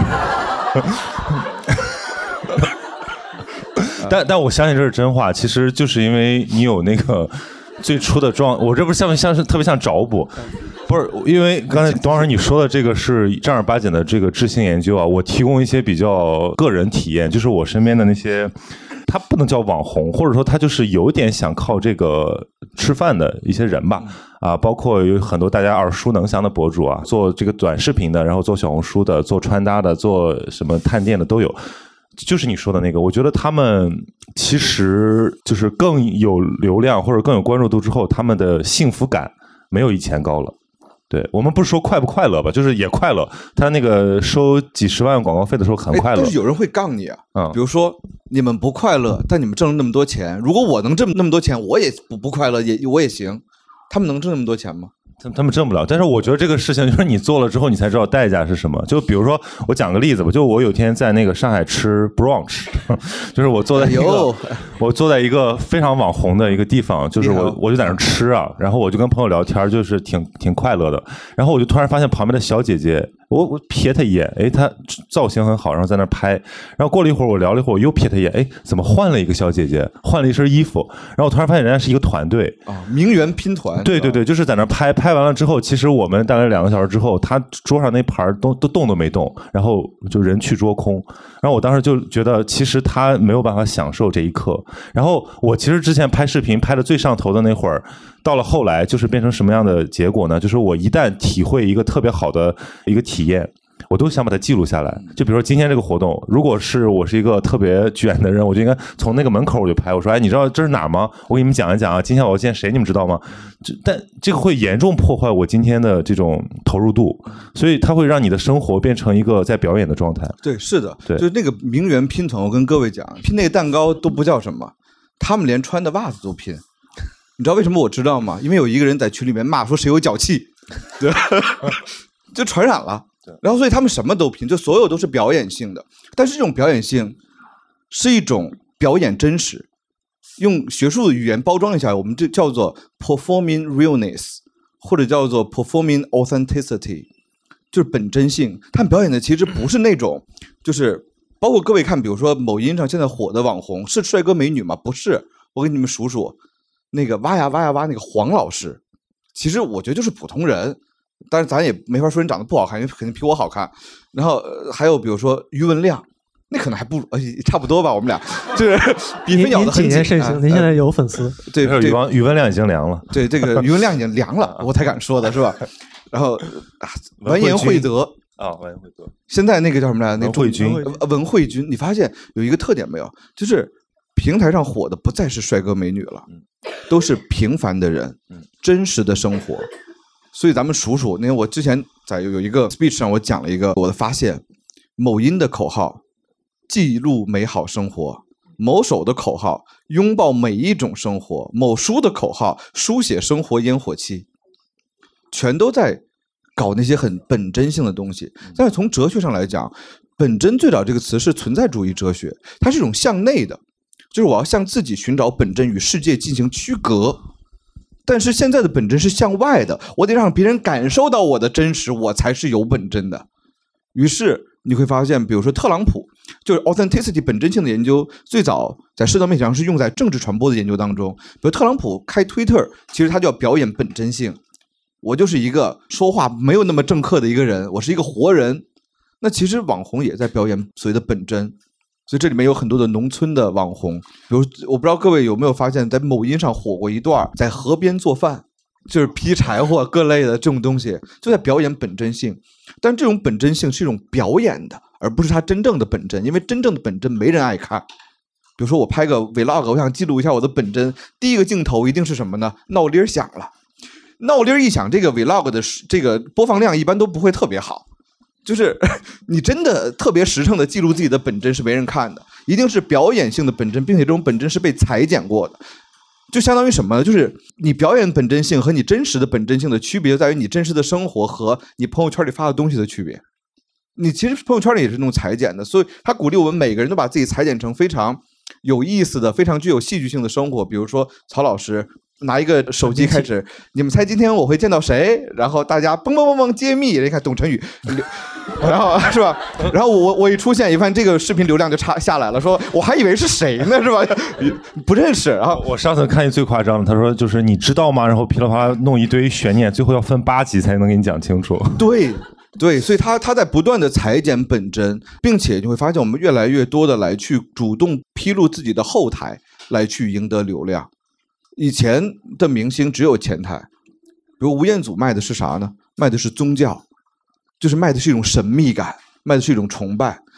但我相信这是真话，其实就是因为你有那个最初的我这不是像是特别像找补，不是因为刚才董老师你说的这个是正儿八经的这个质性研究啊，我提供一些比较个人体验，就是我身边的那些他不能叫网红，或者说他就是有点想靠这个吃饭的一些人吧，啊，包括有很多大家耳熟能详的博主啊，做这个短视频的，然后做小红书的，做穿搭的，做什么探店的都有。 就是你说的那个，我觉得他们其实就是更有流量或者更有关注度之后，他们的幸福感没有以前高了。对，我们不是说快不快乐吧，就是也快乐。他那个收几十万广告费的时候很快乐。 但是有人会杠你啊，比如说你们不快乐，但你们挣了那么多钱，如果我能挣那么多钱，我也不快乐，我也行。他们能挣那么多钱吗？ 他们挣不了，但是我觉得这个事情就是你做了之后，你才知道代价是什么。就比如说，我讲个例子吧，就我有天在那个上海吃 brunch， 就是我坐在一个非常网红的一个地方，就是我就在那吃啊，然后我就跟朋友聊天，就是挺快乐的。然后我就突然发现旁边的小姐姐，我瞥她一眼，哎，她造型很好，然后在那拍。然后过了一会儿，我聊了一会儿，我又瞥她一眼，哎，怎么换了一个小姐姐，换了一身衣服？然后我突然发现人家是一个团队啊，名媛拼团。 对对对，就是在那拍完了之后，其实我们大概2个小时之后，他桌上那盘都动都没动，然后就人去桌空。然后我当时就觉得，其实他没有办法享受这一刻。然后我其实之前拍视频拍的最上头的那会儿，到了后来就是变成什么样的结果呢？就是我一旦体会一个特别好的一个体验，我都想把它记录下来。就比如说今天这个活动，如果是我是一个特别卷的人，我就应该从那个门口我就拍，我说，哎，你知道这是哪吗？我给你们讲一讲啊，今天我要见谁，你们知道吗？但这个会严重破坏我今天的这种投入度，所以它会让你的生活变成一个在表演的状态。 对，是的， 对， 就是那个名媛拼团，我跟各位讲，拼那个蛋糕都不叫什么，他们连穿的袜子都拼。你知道为什么我知道吗？因为有一个人在群里面骂说谁有脚气，对，就传染了。然后所以他们什么都拼，就所有都是表演性的。但是这种表演性是一种表演真实，用学术的语言包装一下，我们这叫做 performing realness， 或者叫做 performing authenticity， 就是本真性。他们表演的其实不是那种，就是包括各位看，比如说某音上现在火的网红是帅哥美女吗？不是，我给你们数数，那个挖呀挖呀挖那个黄老师，其实我觉得就是普通人。但是咱也没法说人长得不好看，因为肯定比我好看。然后还有比如说于文亮，那可能还不差不多吧，我们俩就是比分咬得很紧。 您现在有粉丝？ 对， 于文亮已经凉了。 对，这个于文亮已经凉了，我才敢说的是吧？然后完颜慧德啊，完颜慧德。 现在那个叫什么来着？那文慧君，你发现有一个特点没有？就是平台上火的不再是帅哥美女了，都是平凡的人，真实的生活。所以咱们数数，因为我之前在有一个 speech 上，我讲了一个我的发现：某音的口号记录美好生活，某手的口号拥抱每一种生活，某书的口号书写生活烟火气，全都在搞那些很本真性的东西。但是从哲学上来讲，本真最早这个词是存在主义哲学，它是一种向内的，就是我要向自己寻找本真，与世界进行区隔。但是现在的本真是向外的，我得让别人感受到我的真实，我才是有本真的。于是你会发现，比如说特朗普，就是 authenticity 本真性的研究，最早在社交媒体上是用在政治传播的研究当中。比如特朗普开 Twitter， 其实他就要表演本真性，我就是一个说话没有那么政客的一个人，我是一个活人。那其实网红也在表演所谓的本真。所以这里面有很多的农村的网红，比如我不知道各位有没有发现，在某音上火过一段在河边做饭，就是劈柴火各类的这种东西，就在表演本真性。但这种本真性是一种表演的，而不是他真正的本真，因为真正的本真没人爱看。比如说我拍个 vlog， 我想记录一下我的本真，第一个镜头一定是什么呢？闹铃响了，闹铃一响，这个 vlog 的这个播放量一般都不会特别好。就是你真的特别实诚的记录自己的本真是没人看的，一定是表演性的本真，并且这种本真是被裁剪过的。就相当于什么呢？就是你表演本真性和你真实的本真性的区别就在于你真实的生活和你朋友圈里发的东西的区别。你其实朋友圈里也是那种裁剪的，所以他鼓励我们每个人都把自己裁剪成非常有意思的、非常具有戏剧性的生活。比如说曹老师拿一个手机开始，你们猜今天我会见到谁？然后大家嘣嘣嘣嘣揭秘，你看董晨宇，然后是吧？然后我一出现，一看这个视频流量就下来了，说我还以为是谁呢，是吧？不认识。然后我上次看见最夸张的，他说就是你知道吗？然后噼里啪啦弄一堆悬念，最后要分8集才能给你讲清楚。 对，所以他在不断的裁剪本真，并且你会发现我们越来越多的来去主动披露自己的后台，来去赢得流量。以前的明星只有前台，比如吴彦祖卖的是啥呢？卖的是宗教，就是卖的是一种神秘感，卖的是一种崇拜。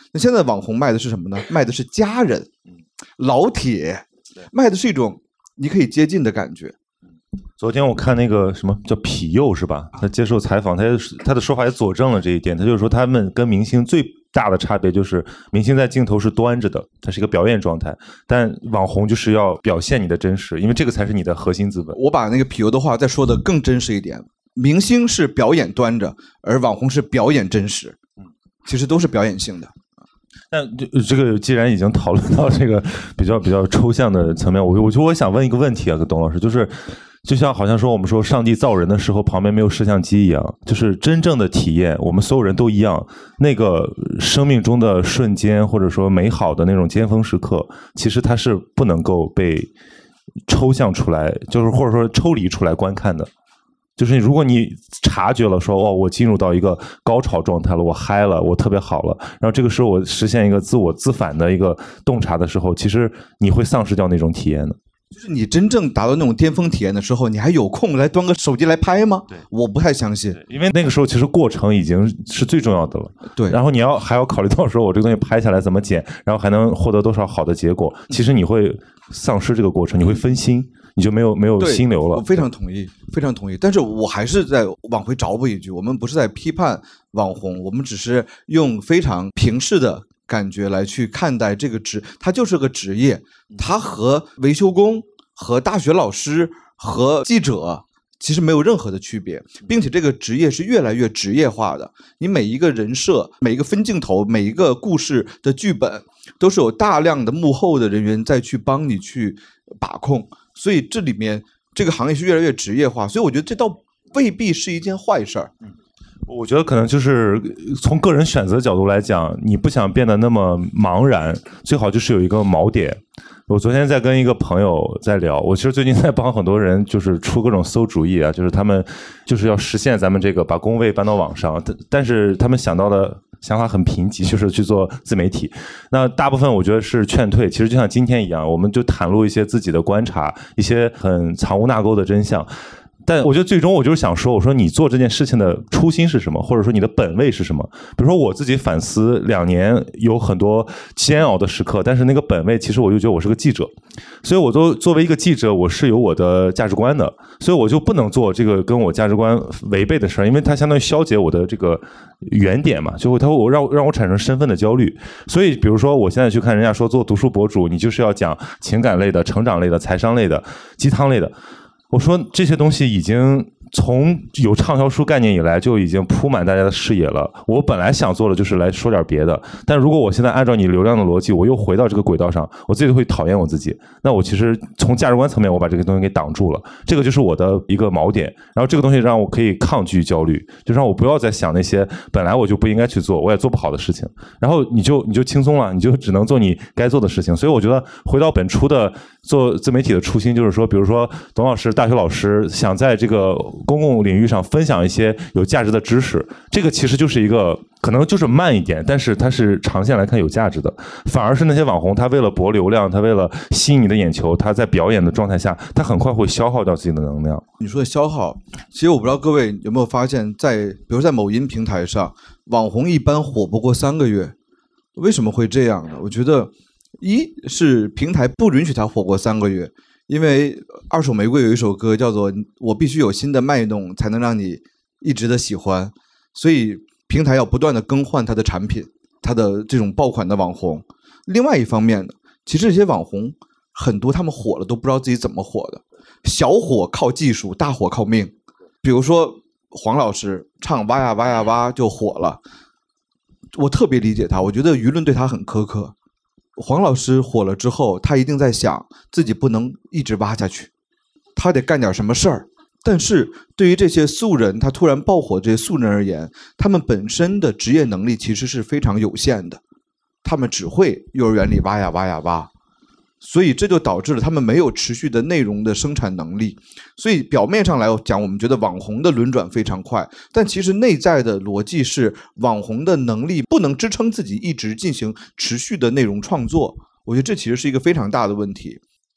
那现在网红卖的是什么呢？卖的是家人，老铁，卖的是一种你可以接近的感觉。 昨天我看那个什么叫痞佑是吧？他接受采访，他的说法也佐证了这一点。他就是说，他们跟明星最大的差别就是，明星在镜头是端着的，它是一个表演状态，但网红就是要表现你的真实，因为这个才是你的核心资本。 我把那个痞佑的话再说的更真实一点，明星是表演端着，而网红是表演真实，其实都是表演性的。 但这个既然已经讨论到这个比较抽象的层面，我想问一个问题啊，董老师，就像好像说我们说上帝造人的时候旁边没有摄像机一样，就是真正的体验，我们所有人都一样，那个生命中的瞬间或者说美好的那种尖峰时刻，其实它是不能够被抽象出来，就是或者说抽离出来观看的。就是如果你察觉了说我进入到一个高潮状态了，我嗨了，我特别好了，然后这个时候我实现一个自我自反的一个洞察的时候，其实你会丧失掉那种体验的。 就是你真正达到那种巅峰体验的时候，你还有空来端个手机来拍吗？对，我不太相信， 因为那个时候其实过程已经是最重要的了。 对， 然后你还要考虑到说我这个东西拍下来怎么剪，然后还能获得多少好的结果，其实你会丧失这个过程，你会分心，你就没有心流了。 我非常同意，非常同意。但是我还是在往回找补一句，我们不是在批判网红，我们只是用非常平视的感觉来去看待这个它就是个职业，它和维修工、和大学老师、和记者其实没有任何的区别，并且这个职业是越来越职业化的。你每一个人设、每一个分镜头、每一个故事的剧本，都是有大量的幕后的人员在去帮你去把控，所以这里面这个行业是越来越职业化，所以我觉得这倒未必是一件坏事儿。 我觉得可能就是从个人选择角度来讲，你不想变得那么茫然，最好就是有一个锚点。我昨天在跟一个朋友在聊，我其实最近在帮很多人就是出各种馊主意啊，就是他们就是要实现咱们这个把工位搬到网上，但是他们想到的想法很贫瘠，就是去做自媒体。那大部分我觉得是劝退，其实就像今天一样，我们就袒露一些自己的观察，一些很藏污纳垢的真相。但我觉得最终我就是想说，我说你做这件事情的初心是什么，或者说你的本位是什么？比如说我自己反思2年有很多煎熬的时刻，但是那个本位其实我就觉得我是个记者，所以我都作为一个记者，我是有我的价值观的，所以我就不能做这个跟我价值观违背的事儿，因为它相当于消解我的这个原点嘛，就会它会让我产生身份的焦虑。所以比如说我现在去看人家说做读书博主，你就是要讲情感类的、成长类的、财商类的、鸡汤类的。我说这些东西已经从有畅销书概念以来就已经铺满大家的视野了。我本来想做的就是来说点别的，但如果我现在按照你流量的逻辑，我又回到这个轨道上，我自己会讨厌我自己。那我其实从价值观层面，我把这个东西给挡住了，这个就是我的一个锚点。然后这个东西让我可以抗拒焦虑，就让我不要再想那些本来我就不应该去做，我也做不好的事情。然后你就轻松了，你就只能做你该做的事情。所以我觉得回到本初的做自媒体的初心，就是说，比如说董老师、大学老师想在这个公共领域上分享一些有价值的知识，这个其实就是一个可能就是慢一点，但是它是长线来看有价值的。反而是那些网红，他为了博流量，他为了吸引你的眼球，他在表演的状态下，他很快会消耗掉自己的能量。 你说的消耗，其实我不知道各位有没有发现，比如在某音平台上，网红一般火不过3个月。为什么会这样呢？我觉得一是平台不允许他火过3个月，因为二手玫瑰有一首歌叫做我必须有新的脉动才能让你一直的喜欢，所以平台要不断的更换它的产品，它的这种爆款的网红。另外一方面呢，其实这些网红很多他们火了都不知道自己怎么火的，小火靠技术，大火靠命。比如说黄老师唱哇呀哇呀哇就火了，我特别理解他，我觉得舆论对他很苛刻。黄老师火了之后，他一定在想自己不能一直挖下去，他得干点什么事儿。但是对于这些素人，他突然爆火这些素人而言，他们本身的职业能力其实是非常有限的，他们只会幼儿园里挖呀挖呀挖，所以这就导致了他们没有持续的内容的生产能力。所以表面上来讲，我们觉得网红的轮转非常快，但其实内在的逻辑是网红的能力不能支撑自己一直进行持续的内容创作。我觉得这其实是一个非常大的问题。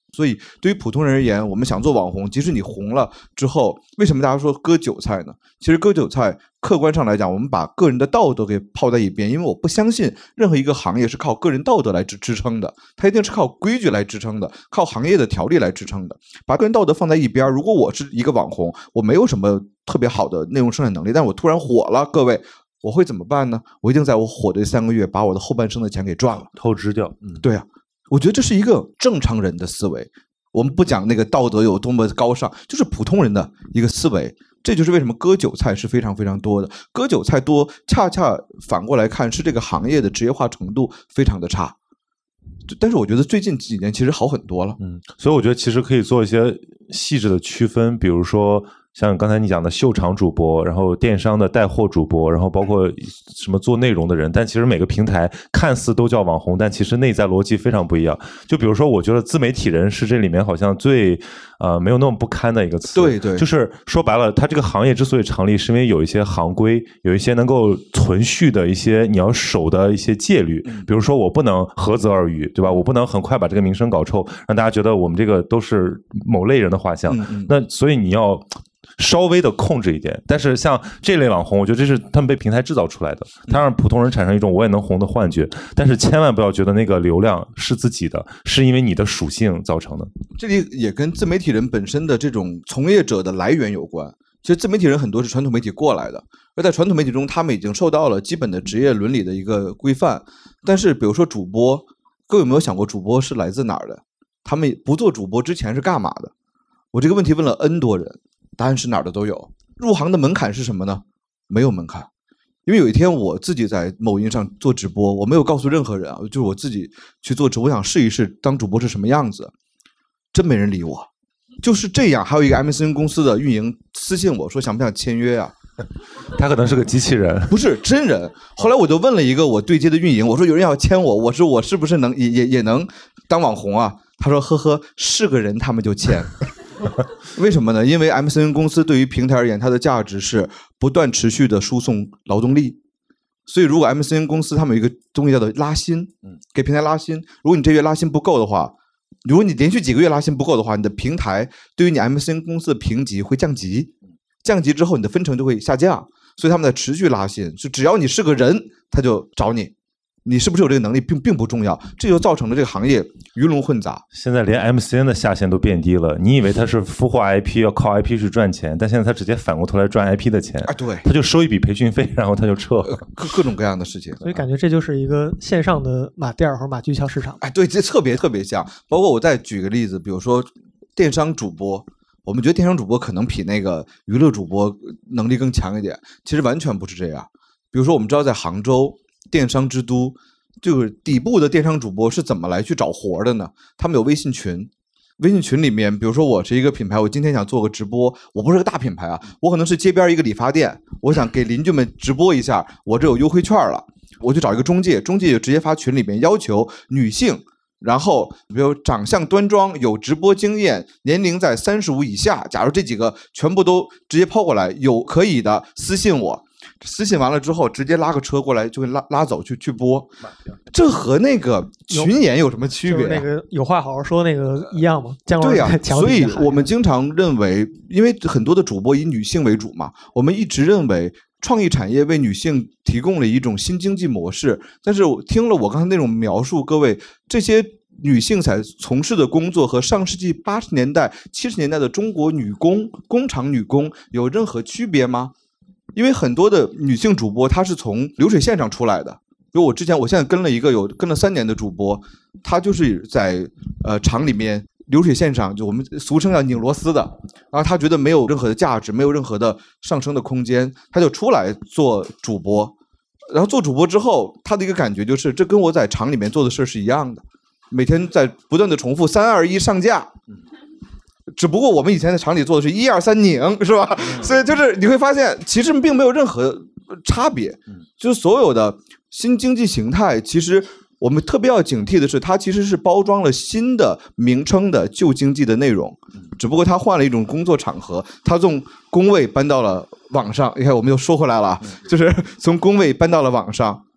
所以对于普通人而言，我们想做网红，即使你红了之后，为什么大家说割韭菜呢？其实割韭菜客观上来讲，我们把个人的道德给抛在一边，因为我不相信任何一个行业是靠个人道德来支撑的，它一定是靠规矩来支撑的，靠行业的条例来支撑的。把个人道德放在一边，如果我是一个网红，我没有什么特别好的内容生产能力，但我突然火了，各位，我会怎么办呢？我一定在我火的3个月把我的后半生的钱给赚了， 透支掉。 对啊，我觉得这是一个正常人的思维。我们不讲那个道德有多么高尚，就是普通人的一个思维。这就是为什么割韭菜是非常非常多的，割韭菜多，恰恰反过来看是这个行业的职业化程度非常的差。但是我觉得最近几年其实好很多了。 所以我觉得其实可以做一些细致的区分，比如说像刚才你讲的秀场主播，然后电商的带货主播，然后包括什么做内容的人，但其实每个平台看似都叫网红，但其实内在逻辑非常不一样。就比如说我觉得自媒体人是这里面好像最没有那么不堪的一个词。 对对， 就是说白了，它这个行业之所以成立，是因为有一些行规，有一些能够存续的一些你要守的一些戒律，比如说我不能涸泽而渔，对吧？我不能很快把这个名声搞臭，让大家觉得我们这个都是某类人的画像。那所以你要稍微的控制一点，但是像这类网红，我觉得这是他们被平台制造出来的，他让普通人产生一种我也能红的幻觉，但是千万不要觉得那个流量是自己的，是因为你的属性造成的。 这里也跟自媒体人本身的这种从业者的来源有关。其实自媒体人很多是传统媒体过来的，而在传统媒体中，他们已经受到了基本的职业伦理的一个规范。但是比如说主播，各位有没有想过主播是来自哪儿的？他们不做主播之前是干嘛的？我这个问题问了 N 多人，答案是哪儿的都有。入行的门槛是什么呢？没有门槛。因为有一天我自己在某音上做直播，我没有告诉任何人啊，就是我自己去做直播，想试一试当主播是什么样子，真没人理我。就是这样，还有一个 MCN 公司的运营私信我说想不想签约啊？ 他可能是个机器人， 不是真人。后来我就问了一个我对接的运营，我说有人要签我，我说我是不是能也能当网红啊？他说呵呵，是个人他们就签。为什么呢？因为 MCN 公司对于平台而言，它的价值是不断持续的输送劳动力。所以如果 MCN 公司他们有一个东西叫做拉新，给平台拉新，如果你这月拉新不够的话，如果你连续几个月拉新不够的话，你的平台对于你 MCN 公司的评级会降级，降级之后你的分成就会下降，所以他们在持续拉新，就只要你是个人他就找你，你是不是有这个能力并不重要，这就造成了这个行业鱼龙混杂。 现在连 MCN 的下限都变低了，你以为他是孵化 IP 要靠 IP 去赚钱，但现在他直接反过头来赚 IP 的钱啊，对， 他就收一笔培训费，然后他就撤， 各种各样的事情。 所以感觉这就是一个线上的马甸或者马驹桥市场。 哎，对，这特别像。包括我再举个例子，比如说电商主播，我们觉得电商主播可能比那个娱乐主播能力更强一点，其实完全不是这样。比如说我们知道在杭州电商之都，就是底部的电商主播是怎么来去找活的呢？他们有微信群，微信群里面，比如说我是一个品牌，我今天想做个直播，我不是个大品牌啊，我可能是街边一个理发店，我想给邻居们直播一下，我这有优惠券了，我就找一个中介，中介就直接发群里面要求女性，然后比如长相端庄，有直播经验，年龄在35以下，假如这几个全部都直接抛过来，有可以的私信我，私信完了之后直接拉个车过来就会拉走去播，这和那个群演有什么区别、啊？ 那个有话好好说那个一样吗？ 对呀、所以我们经常认为，因为很多的主播以女性为主嘛，我们一直认为创意产业为女性提供了一种新经济模式。但是我听了我刚才那种描述，各位，这些女性在从事的工作和上世纪80年代、70年代的中国女工、工厂女工有任何区别吗？因为很多的女性主播她是从流水线上出来的。比如我现在跟了3年的主播，她就是在厂里面流水线上，就我们俗称叫拧螺丝的，然后她觉得没有任何的价值，没有任何的上升的空间，她就出来做主播。然后做主播之后，她的一个感觉就是这跟我在厂里面做的事是一样的，每天在不断的重复3、2、1上架。只不过我们以前在厂里做的是1、2、3拧，是吧？所以就是你会发现，其实并没有任何差别。就是所有的新经济形态，其实我们特别要警惕的是，它其实是包装了新的名称的旧经济的内容，只不过它换了一种工作场合，它从工位搬到了网上。你看，我们又说回来了，就是从工位搬到了网上。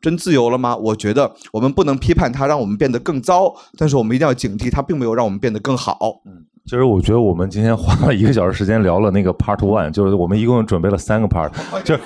真自由了吗？我觉得我们不能批判它让我们变得更糟，但是我们一定要警惕它并没有让我们变得更好。 其实我觉得我们今天花了1个小时时间聊了那个 Part 1，就是我们一共准备了3个 Part，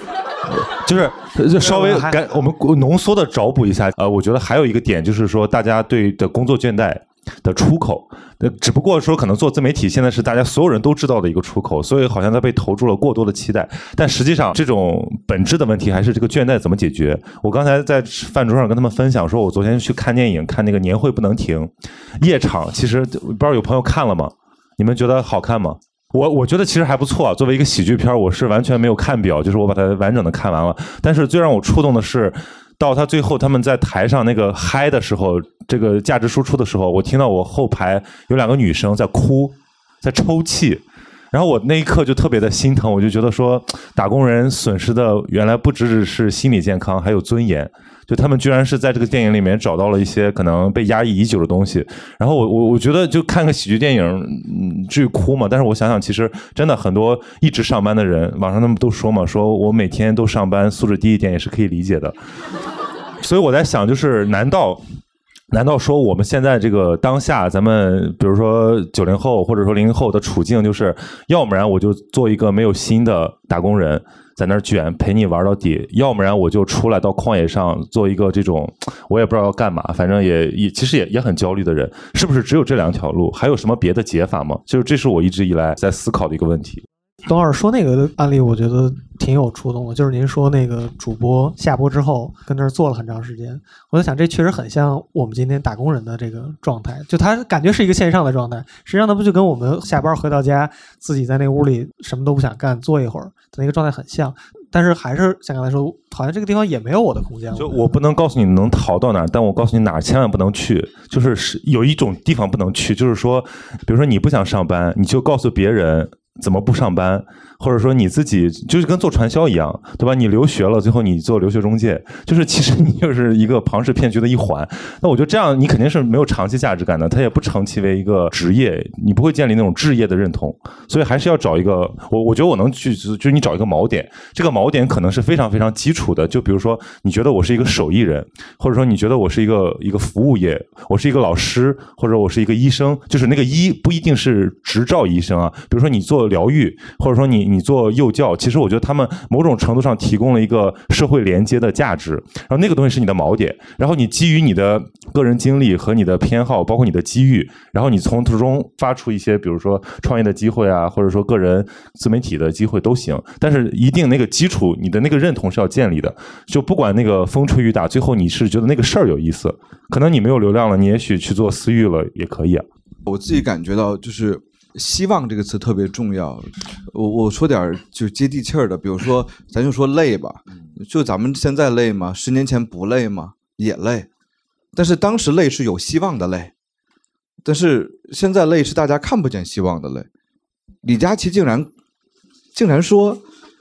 就稍微我们浓缩的找补一下。我觉得还有一个点就是说，大家对的工作倦怠的出口，只不过说可能做自媒体现在是大家所有人都知道的一个出口，所以好像它被投注了过多的期待，但实际上这种本质的问题还是这个倦怠怎么解决。我刚才在饭桌上跟他们分享说，我昨天去看电影，看那个年会不能停夜场，其实不知道有朋友看了吗？你们觉得好看吗？我觉得其实还不错，作为一个喜剧片，我是完全没有看表，就是我把它完整的看完了。但是最让我触动的是，到他最后他们在台上那个嗨的时候，这个价值输出的时候，我听到我后排有2个女生在哭，在抽泣。然后我那一刻就特别的心疼，我就觉得说，打工人损失的原来不只是心理健康，还有尊严。就他们居然是在这个电影里面找到了一些可能被压抑已久的东西。然后我觉得就看个喜剧电影，至于哭嘛？但是我想想，其实真的很多一直上班的人，网上他们都说嘛，说我每天都上班，素质低一点也是可以理解的。所以我在想，就是难道说我们现在这个当下，咱们比如说90后或者说00后的处境，就是要不然我就做一个没有心的打工人，在那儿卷陪你玩到底，要不然我就出来到旷野上做一个这种我也不知道要干嘛，反正也其实也很焦虑的人，是不是只有这2条路？还有什么别的解法吗？就是这是我一直以来在思考的一个问题。 董老师说那个案例，我觉得挺有触动的，就是您说那个主播下播之后跟那儿坐了很长时间，我在想这确实很像我们今天打工人的这个状态，就他感觉是一个线上的状态，实际上他不就跟我们下班回到家自己在那个屋里什么都不想干坐一会儿的那个状态很像，但是还是像刚才说，好像这个地方也没有我的空间了。 就我不能告诉你能逃到哪儿，但我告诉你哪儿千万不能去，就是有一种地方不能去，就是说比如说你不想上班，你就告诉别人怎么不上班，或者说你自己就是跟做传销一样，对吧？你留学了，最后你做留学中介，就是其实你就是一个庞氏骗局的一环。那我觉得这样你肯定是没有长期价值感的，它也不成其为一个职业，你不会建立那种置业的认同。所以还是要找一个，我觉得我能去，就是你找一个锚点，这个锚点可能是非常非常基础的。就比如说你觉得我是一个手艺人，或者说你觉得我是一个服务业，我是一个老师，或者我是一个医生，就是那个医不一定是执照医生啊，比如说你做疗愈，或者说你做幼教，其实我觉得他们某种程度上提供了一个社会连接的价值，然后那个东西是你的锚点，然后你基于你的个人经历和你的偏好，包括你的机遇，然后你从途中发出一些比如说创业的机会啊，或者说个人自媒体的机会都行，但是一定那个基础你的那个认同是要建立的，就不管那个风吹雨打，最后你是觉得那个事儿有意思，可能你没有流量了，你也许去做私域了也可以啊。 我自己感觉到就是希望这个词特别重要，我说点就接地气儿的，比如说咱就说累吧，就咱们现在累吗？10年前不累吗？也累，但是当时累是有希望的累，但是现在累是大家看不见希望的累。李佳琦竟然说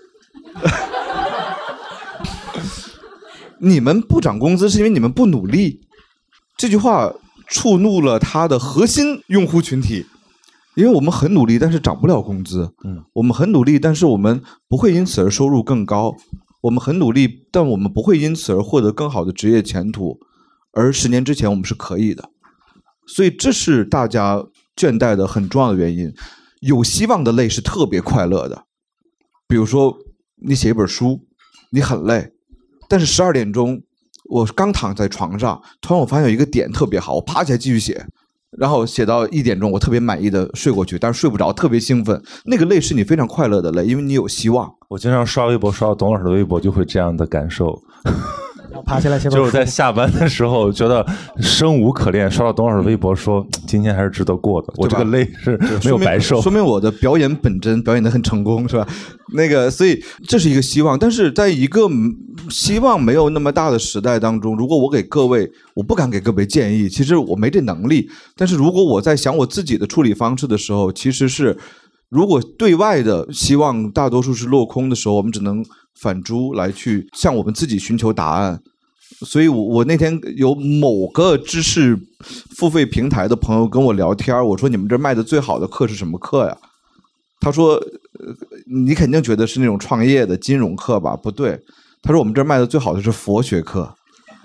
你们不涨工资是因为你们不努力，这句话触怒了他的核心用户群体。因为我们很努力，但是涨不了工资。我们很努力，但是我们不会因此而收入更高。我们很努力，但我们不会因此而获得更好的职业前途。而10年之前，我们是可以的。所以这是大家倦怠的很重要的原因。有希望的累是特别快乐的。比如说，你写一本书，你很累，但是12点钟，我刚躺在床上，突然我发现有一个点特别好，我爬起来继续写。然后写到1点钟，我特别满意的睡过去，但是睡不着，特别兴奋。那个累是你非常快乐的累，因为你有希望。 我经常刷微博，刷到董老师的微博，就会这样的感受。 爬起来写本书， 就是在下班的时候觉得生无可恋，刷到董老师的微博说今天还是值得过的，我这个累是没有白受， 说明我的表演本真，表演得很成功，是吧？那个，所以这是一个希望，但是在一个希望没有那么大的时代当中，如果我给各位，我不敢给各位建议，其实我没这能力，但是如果我在想我自己的处理方式的时候，其实是如果对外的希望大多数是落空的时候，我们只能反诸来去向我们自己寻求答案。所以我那天有某个知识付费平台的朋友跟我聊天，我说你们这卖的最好的课是什么课呀？他说你肯定觉得是那种创业的金融课吧？不对，他说我们这卖的最好的是佛学课。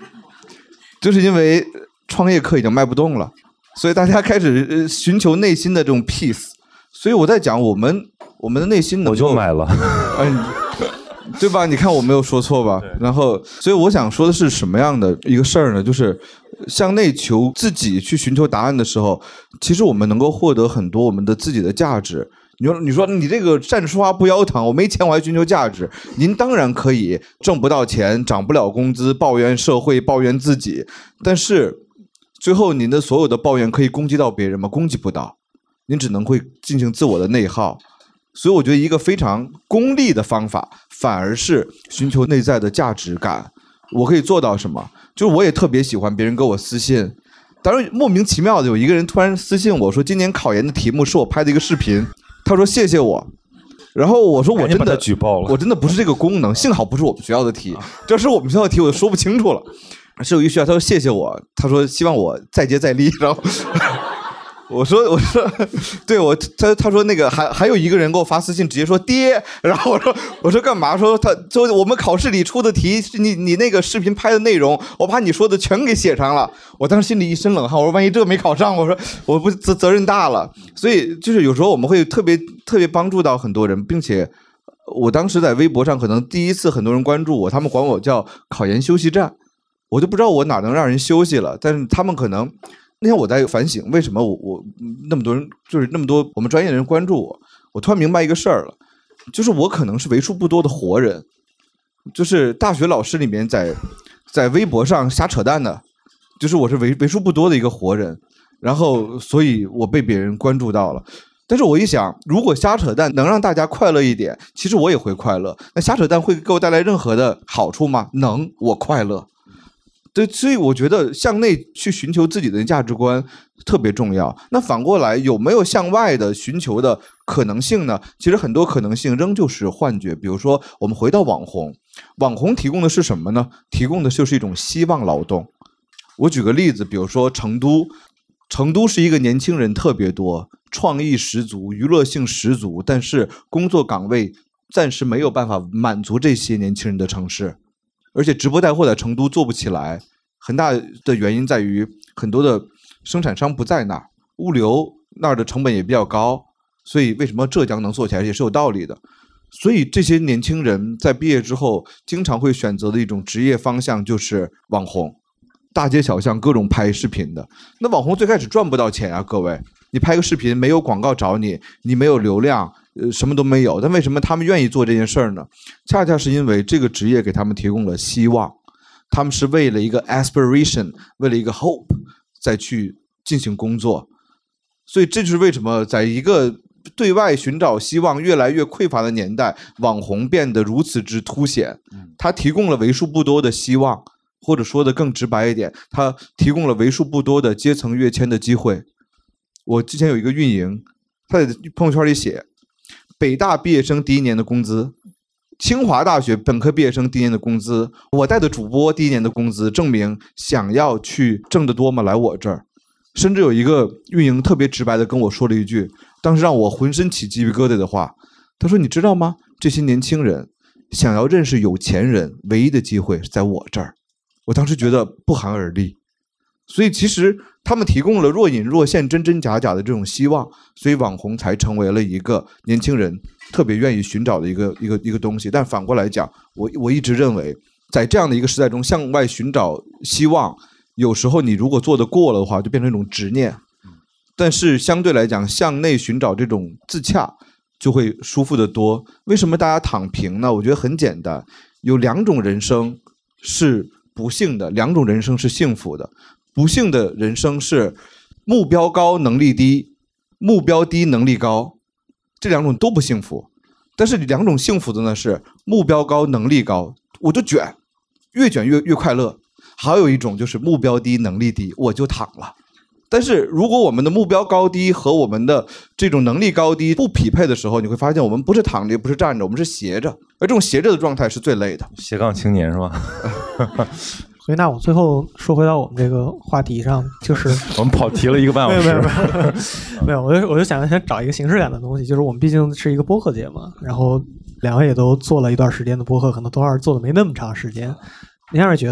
就是因为创业课已经卖不动了，所以大家开始寻求内心的这种 peace。所以我在讲我们的内心能够， 我就买了， 对吧？你看我没有说错吧？然后，所以我想说的是什么样的一个事儿呢？就是向内求自己去寻求答案的时候，其实我们能够获得很多我们的自己的价值。你说你这个站着说话不腰疼，我没钱我还寻求价值。您当然可以挣不到钱，涨不了工资，抱怨社会，抱怨自己，但是最后您的所有的抱怨可以攻击到别人吗？攻击不到，您只能会进行自我的内耗。所以我觉得一个非常功利的方法，反而是寻求内在的价值感。我可以做到什么？就是我也特别喜欢别人给我私信，当然莫名其妙的有一个人突然私信我说，今年考研的题目是我拍的一个视频，他说谢谢我。然后我说我真的举报了， 我真的不是这个功能，幸好不是我们学校的题，这是我们学校的题我就说不清楚了。是有一个学校他说谢谢我，他说希望我再接再厉，然后我说对，他说那个还有一个人给我发私信直接说爹，然后我说干嘛？说我们考试里出的题是你那个视频拍的内容，我把你说的全给写上了。我当时心里一身冷汗，我说万一这没考上，我说我不责任大了。所以就是有时候我们会特别帮助到很多人，并且我当时在微博上可能第一次很多人关注我，他们管我叫考研休息站，我就不知道我哪能让人休息了，但是他们可能。那天我在反省，为什么我那么多人，就是那么多我们专业的人关注我，我突然明白一个事儿了，就是我可能是为数不多的活人，就是大学老师里面在微博上瞎扯淡的，就是我是为数不多的一个活人，然后所以我被别人关注到了。但是我一想，如果瞎扯淡能让大家快乐一点，其实我也会快乐。那瞎扯淡会给我带来任何的好处吗？能，我快乐。对，所以我觉得向内去寻求自己的价值观特别重要。那反过来，有没有向外的寻求的可能性呢？其实很多可能性仍旧是幻觉。比如说，我们回到网红，网红提供的是什么呢？提供的就是一种希望劳动。我举个例子，比如说成都是一个年轻人特别多，创意十足，娱乐性十足，但是工作岗位暂时没有办法满足这些年轻人的城市。而且直播带货在成都做不起来，很大的原因在于很多的生产商不在那儿，物流那儿的成本也比较高，所以为什么浙江能做起来也是有道理的。所以这些年轻人在毕业之后经常会选择的一种职业方向就是网红，大街小巷各种拍视频的。那网红最开始赚不到钱啊，各位，你拍个视频没有广告找你，你没有流量，什么都没有，但为什么他们愿意做这件事儿呢？恰恰是因为这个职业给他们提供了希望，他们是为了一个 aspiration， 为了一个 hope 再去进行工作。所以这就是为什么在一个对外寻找希望越来越匮乏的年代，网红变得如此之凸显。它提供了为数不多的希望，或者说的更直白一点，它提供了为数不多的阶层跃迁的机会。我之前有一个运营，他在朋友圈里写北大毕业生第一年的工资，清华大学本科毕业生第一年的工资，我带的主播第一年的工资，证明想要去挣得多吗？来我这儿。甚至有一个运营特别直白的跟我说了一句，当时让我浑身起鸡皮疙瘩的话，他说你知道吗？这些年轻人想要认识有钱人，唯一的机会是在我这儿。我当时觉得不寒而栗。所以其实他们提供了若隐若现、真真假假的这种希望，所以网红才成为了一个年轻人特别愿意寻找的一个东西。但反过来讲，我一直认为，在这样的一个时代中，向外寻找希望，有时候你如果做得过了的话，就变成一种执念。但是相对来讲，向内寻找这种自洽，就会舒服得多。为什么大家躺平呢？我觉得很简单，有两种人生是不幸的，两种人生是幸福的。不幸的人生是目标高能力低，目标低能力高，这两种都不幸福。但是两种幸福的呢是目标高能力高，我就卷，越卷越快乐。还有一种就是目标低能力低，我就躺了。但是如果我们的目标高低和我们的这种能力高低不匹配的时候，你会发现我们不是躺着也不是站着，我们是斜着，而这种斜着的状态是最累的。 斜杠青年是吧？ 所以那我最后说回到我们这个话题上，就是我们跑题了1个半小时。 没有，我就想找一个形式感的东西，就是我们毕竟是一个播客节嘛，然后两位也都做了一段时间的播客，可能多少做的没那么长时间。你二位觉得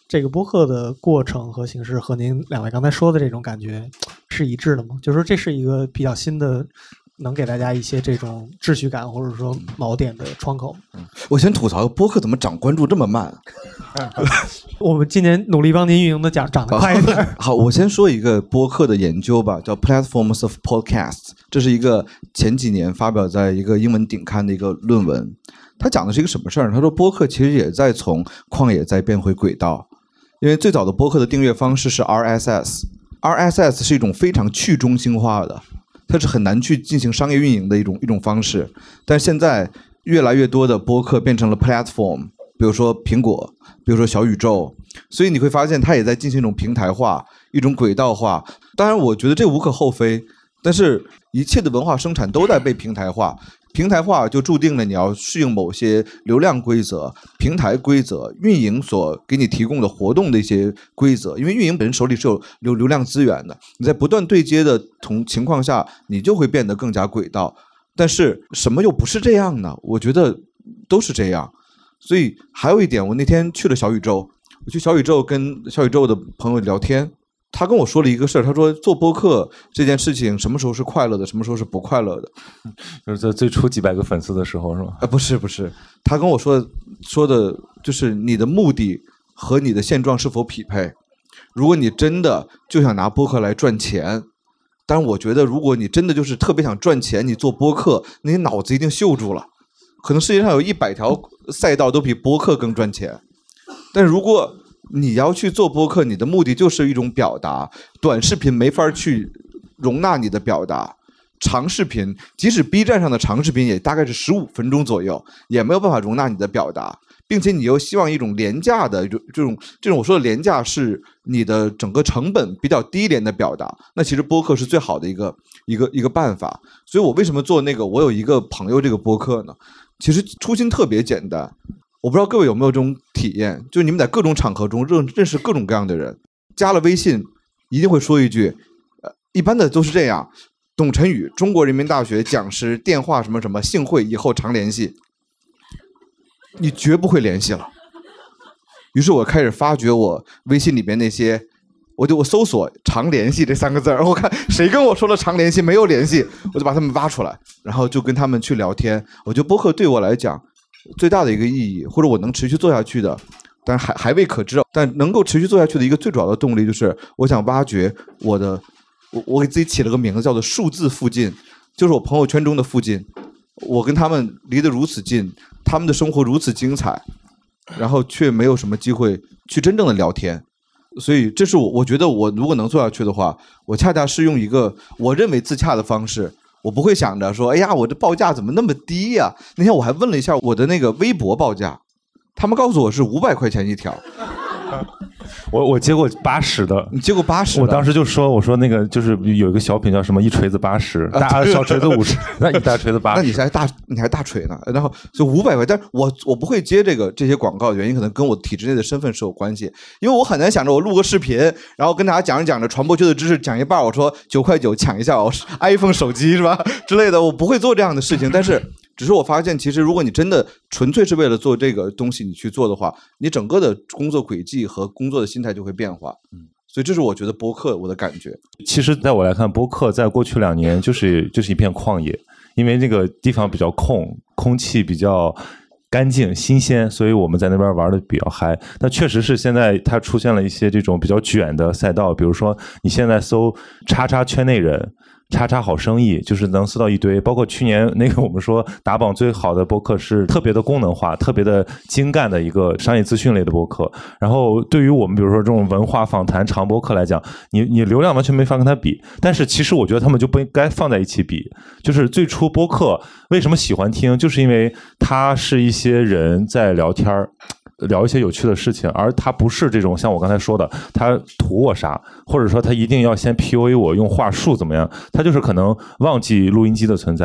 这个播客的过程和形式和您两位刚才说的这种感觉是一致的吗？就是说这是一个比较新的，能给大家一些这种秩序感或者说锚点的窗口。 我先吐槽播客怎么涨关注这么慢。 我们今年努力帮您运营的涨得快一点。 好，我先说一个播客的研究吧，叫 Platforms of Podcasts， 这是一个前几年发表在一个英文顶刊的一个论文。他讲的是一个什么事儿？他说播客其实也在从旷野再变回轨道，因为最早的播客的订阅方式是 RSS 是一种非常去中心化的，它是很难去进行商业运营的一种方式。但现在越来越多的播客变成了 platform， 比如说苹果，比如说小宇宙，所以你会发现它也在进行一种平台化、一种轨道化。当然我觉得这无可厚非，但是一切的文化生产都在被平台化，平台化就注定了你要适应某些流量规则、平台规则、运营所给你提供的活动的一些规则，因为运营本身手里是有流量资源的，你在不断对接的情况下，你就会变得更加轨道。但是什么又不是这样呢？我觉得都是这样。所以还有一点，我那天去了小宇宙，我去小宇宙跟小宇宙的朋友聊天，他跟我说了一个事儿，他说做播客这件事情什么时候是快乐的，什么时候是不快乐的， 就是在最初几百个粉丝的时候是吧？ 不是，他跟我说的就是你的目的和你的现状是否匹配。如果你真的就想拿播客来赚钱，但是我觉得如果你真的就是特别想赚钱，你做播客，那你脑子一定锈住了。可能世界上有100条赛道都比播客更赚钱，但如果你要去做播客，你的目的就是一种表达，短视频没法去容纳你的表达，长视频即使 B 站上的长视频也大概是15分钟左右，也没有办法容纳你的表达，并且你又希望一种廉价的这种我说的廉价是你的整个成本比较低廉的表达，那其实播客是最好的一个办法。所以我为什么做那个我有一个朋友这个播客呢？其实初心特别简单，我不知道各位有没有这种体验，就是你们在各种场合中认识各种各样的人，加了微信一定会说一句，一般的都是这样，董晨宇，中国人民大学讲师，电话什么什么，幸会，以后常联系。你绝不会联系了。于是我开始发掘我微信里边那些，我搜索常联系这3个字，然后看谁跟我说了常联系没有联系，我就把他们挖出来，然后就跟他们去聊天。我觉得播客对我来讲最大的一个意义，或者我能持续做下去的，但还未可知，但能够持续做下去的一个最主要的动力就是我想挖掘我给自己起了个名字叫做数字附近，就是我朋友圈中的附近，我跟他们离得如此近，他们的生活如此精彩，然后却没有什么机会去真正的聊天。所以这是我觉得我如果能做下去的话，我恰恰是用一个我认为自洽的方式，我不会想着说哎呀我这报价怎么那么低呀。那天我还问了一下我的那个微博报价，他们告诉我是500块钱一条。 我接过80的， 你接过80的？ 我当时就说，我说那个就是有一个小品叫什么一锤子80，大小锤子50，那一大锤子80， 那你还大锤呢？然后就500块，但是我不会接这些广告的原因，可能跟我体制内的身份是有关系，因为我很难想着我录个视频，然后跟大家讲着讲着传播学的知识，讲一半我说9块9抢一下我 iPhone 手机是吧之类的，我不会做这样的事情，但是。只是我发现，其实如果你真的纯粹是为了做这个东西，你去做的话，你整个的工作轨迹和工作的心态就会变化。所以这是我觉得播客我的感觉。 其实在我来看，播客在过去2年就是一片旷野，因为那个地方比较空气比较干净新鲜，所以我们在那边玩的比较嗨。那确实是现在它出现了一些这种比较卷的赛道，比如说你现在搜叉叉圈内人。叉叉好生意就是能搜到一堆，包括去年那个我们说打榜最好的播客是特别的功能化、特别的精干的一个商业资讯类的播客。然后对于我们比如说这种文化访谈长播客来讲，你流量完全没法跟它比。但是其实我觉得他们就不应该放在一起比。就是最初播客为什么喜欢听，就是因为它是一些人在聊天聊一些有趣的事情，而他不是这种像我刚才说的他图我啥，或者说他一定要先 PUA 我用话术怎么样，他就是可能忘记录音机的存在，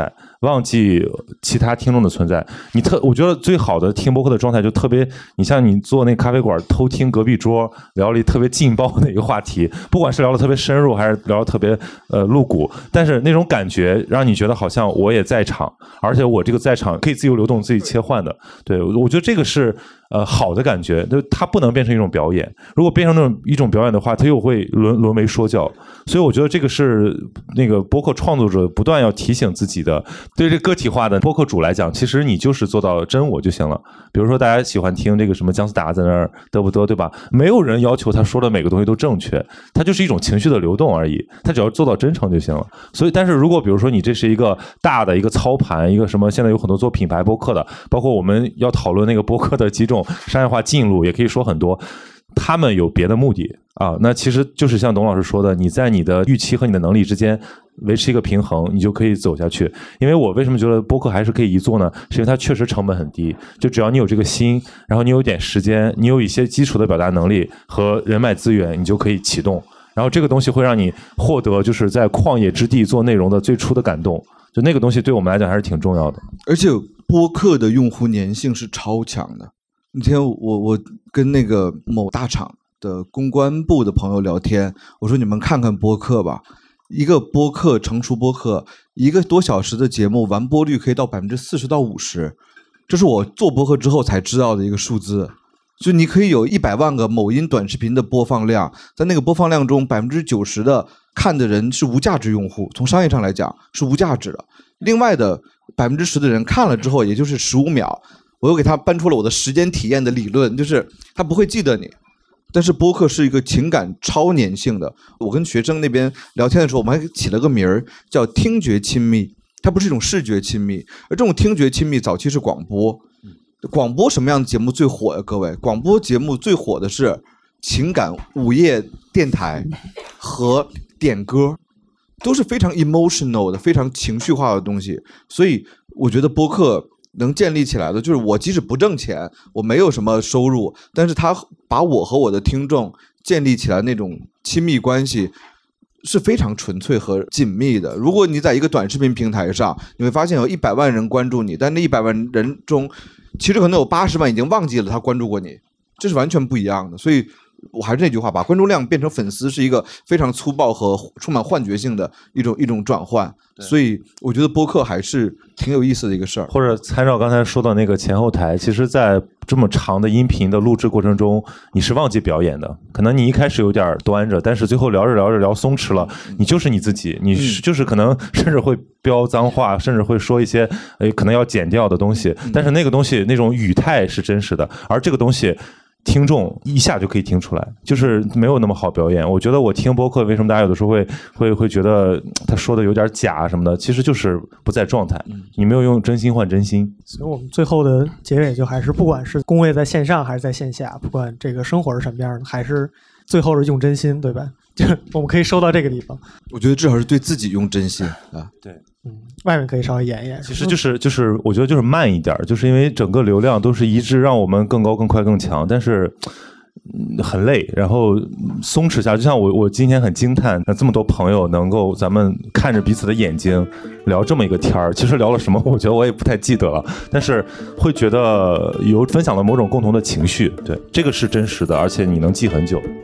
忘记其他听众的存在。我觉得最好的听播客的状态就特别，你像你坐那咖啡馆偷听隔壁桌聊了一特别劲爆的一个话题，不管是聊得特别深入还是聊得特别露骨，但是那种感觉让你觉得好像我也在场，而且我这个在场可以自由流动、自己切换的。对，我觉得这个是好的感觉，就它不能变成一种表演。如果变成一种表演的话，它又会沦为说教。所以我觉得这个是那个播客创作者不断要提醒自己的。对这个体化的播客主来讲，其实你就是做到真我就行了。比如说大家喜欢听这个什么姜思达在那儿嘚不嘚，对吧？没有人要求他说的每个东西都正确，它就是一种情绪的流动而已，他只要做到真诚就行了。所以但是如果比如说你这是一个大的一个操盘，一个什么，现在有很多做品牌播客的，包括我们要讨论那个播客的几种商业化进路，也可以说很多，他们有别的目的啊。那其实就是像董老师说的，你在你的预期和你的能力之间维持一个平衡，你就可以走下去。因为我为什么觉得播客还是可以一做呢？是因为它确实成本很低，就只要你有这个心，然后你有点时间，你有一些基础的表达能力和人脉资源，你就可以启动。然后这个东西会让你获得就是在旷野之地做内容的最初的感动，就那个东西对我们来讲还是挺重要的。 而且播客的用户粘性是超强的。那天我跟那个某大厂的公关部的朋友聊天，我说你们看看播客吧，一个播客成熟播客1个多小时的节目完播率可以到40%到50%，这是我做播客之后才知道的一个数字。就你可以有100万个某音短视频的播放量，在那个播放量中90%的看的人是无价值用户，从商业上来讲是无价值的。另外的10%的人看了之后也就是15秒，我又给他搬出了我的时间体验的理论，就是他不会记得你。但是播客是一个情感超粘性的，我跟学生那边聊天的时候，我们还起了个名儿叫听觉亲密，它不是一种视觉亲密。而这种听觉亲密早期是广播。广播什么样的节目最火呀？各位，广播节目最火的是情感午夜电台和点歌，都是非常 emotional 的、非常情绪化的东西。所以我觉得播客能建立起来的，就是我即使不挣钱，我没有什么收入，但是他把我和我的听众建立起来那种亲密关系是非常纯粹和紧密的。如果你在一个短视频平台上，你会发现有100万人关注你，但那100万人中其实可能有80万已经忘记了他关注过你，这是完全不一样的。所以我还是那句话，把关注量变成粉丝是一个非常粗暴和充满幻觉性的一种转换。所以我觉得播客还是挺有意思的一个事儿。 或者参照刚才说的那个前后台，其实在这么长的音频的录制过程中，你是忘记表演的。可能你一开始有点端着，但是最后聊着聊着聊松弛了，你就是你自己，你就是可能甚至会飙脏话，甚至会说一些可能要剪掉的东西，但是那个东西那种语态是真实的，而这个东西听众一下就可以听出来，就是没有那么好表演。我觉得我听播客为什么大家有的时候会觉得他说的有点假什么的，其实就是不在状态，你没有用真心换真心。 所以我们最后的结尾就还是，不管是工位在线上还是在线下，不管这个生活是什么样的，还是最后是用真心，对吧？就我们可以收到这个地方。 我觉得至少是对自己用真心啊。 对。 外面可以稍微演一演， 其实就是我觉得就是慢一点，就是因为整个流量都是一致让我们更高更快更强，但是很累，然后松弛下。就像我今天很惊叹，这么多朋友能够咱们看着彼此的眼睛聊这么一个天儿，其实聊了什么我觉得我也不太记得了，但是会觉得分享了某种共同的情绪，对，这个是真实的，而且你能记很久。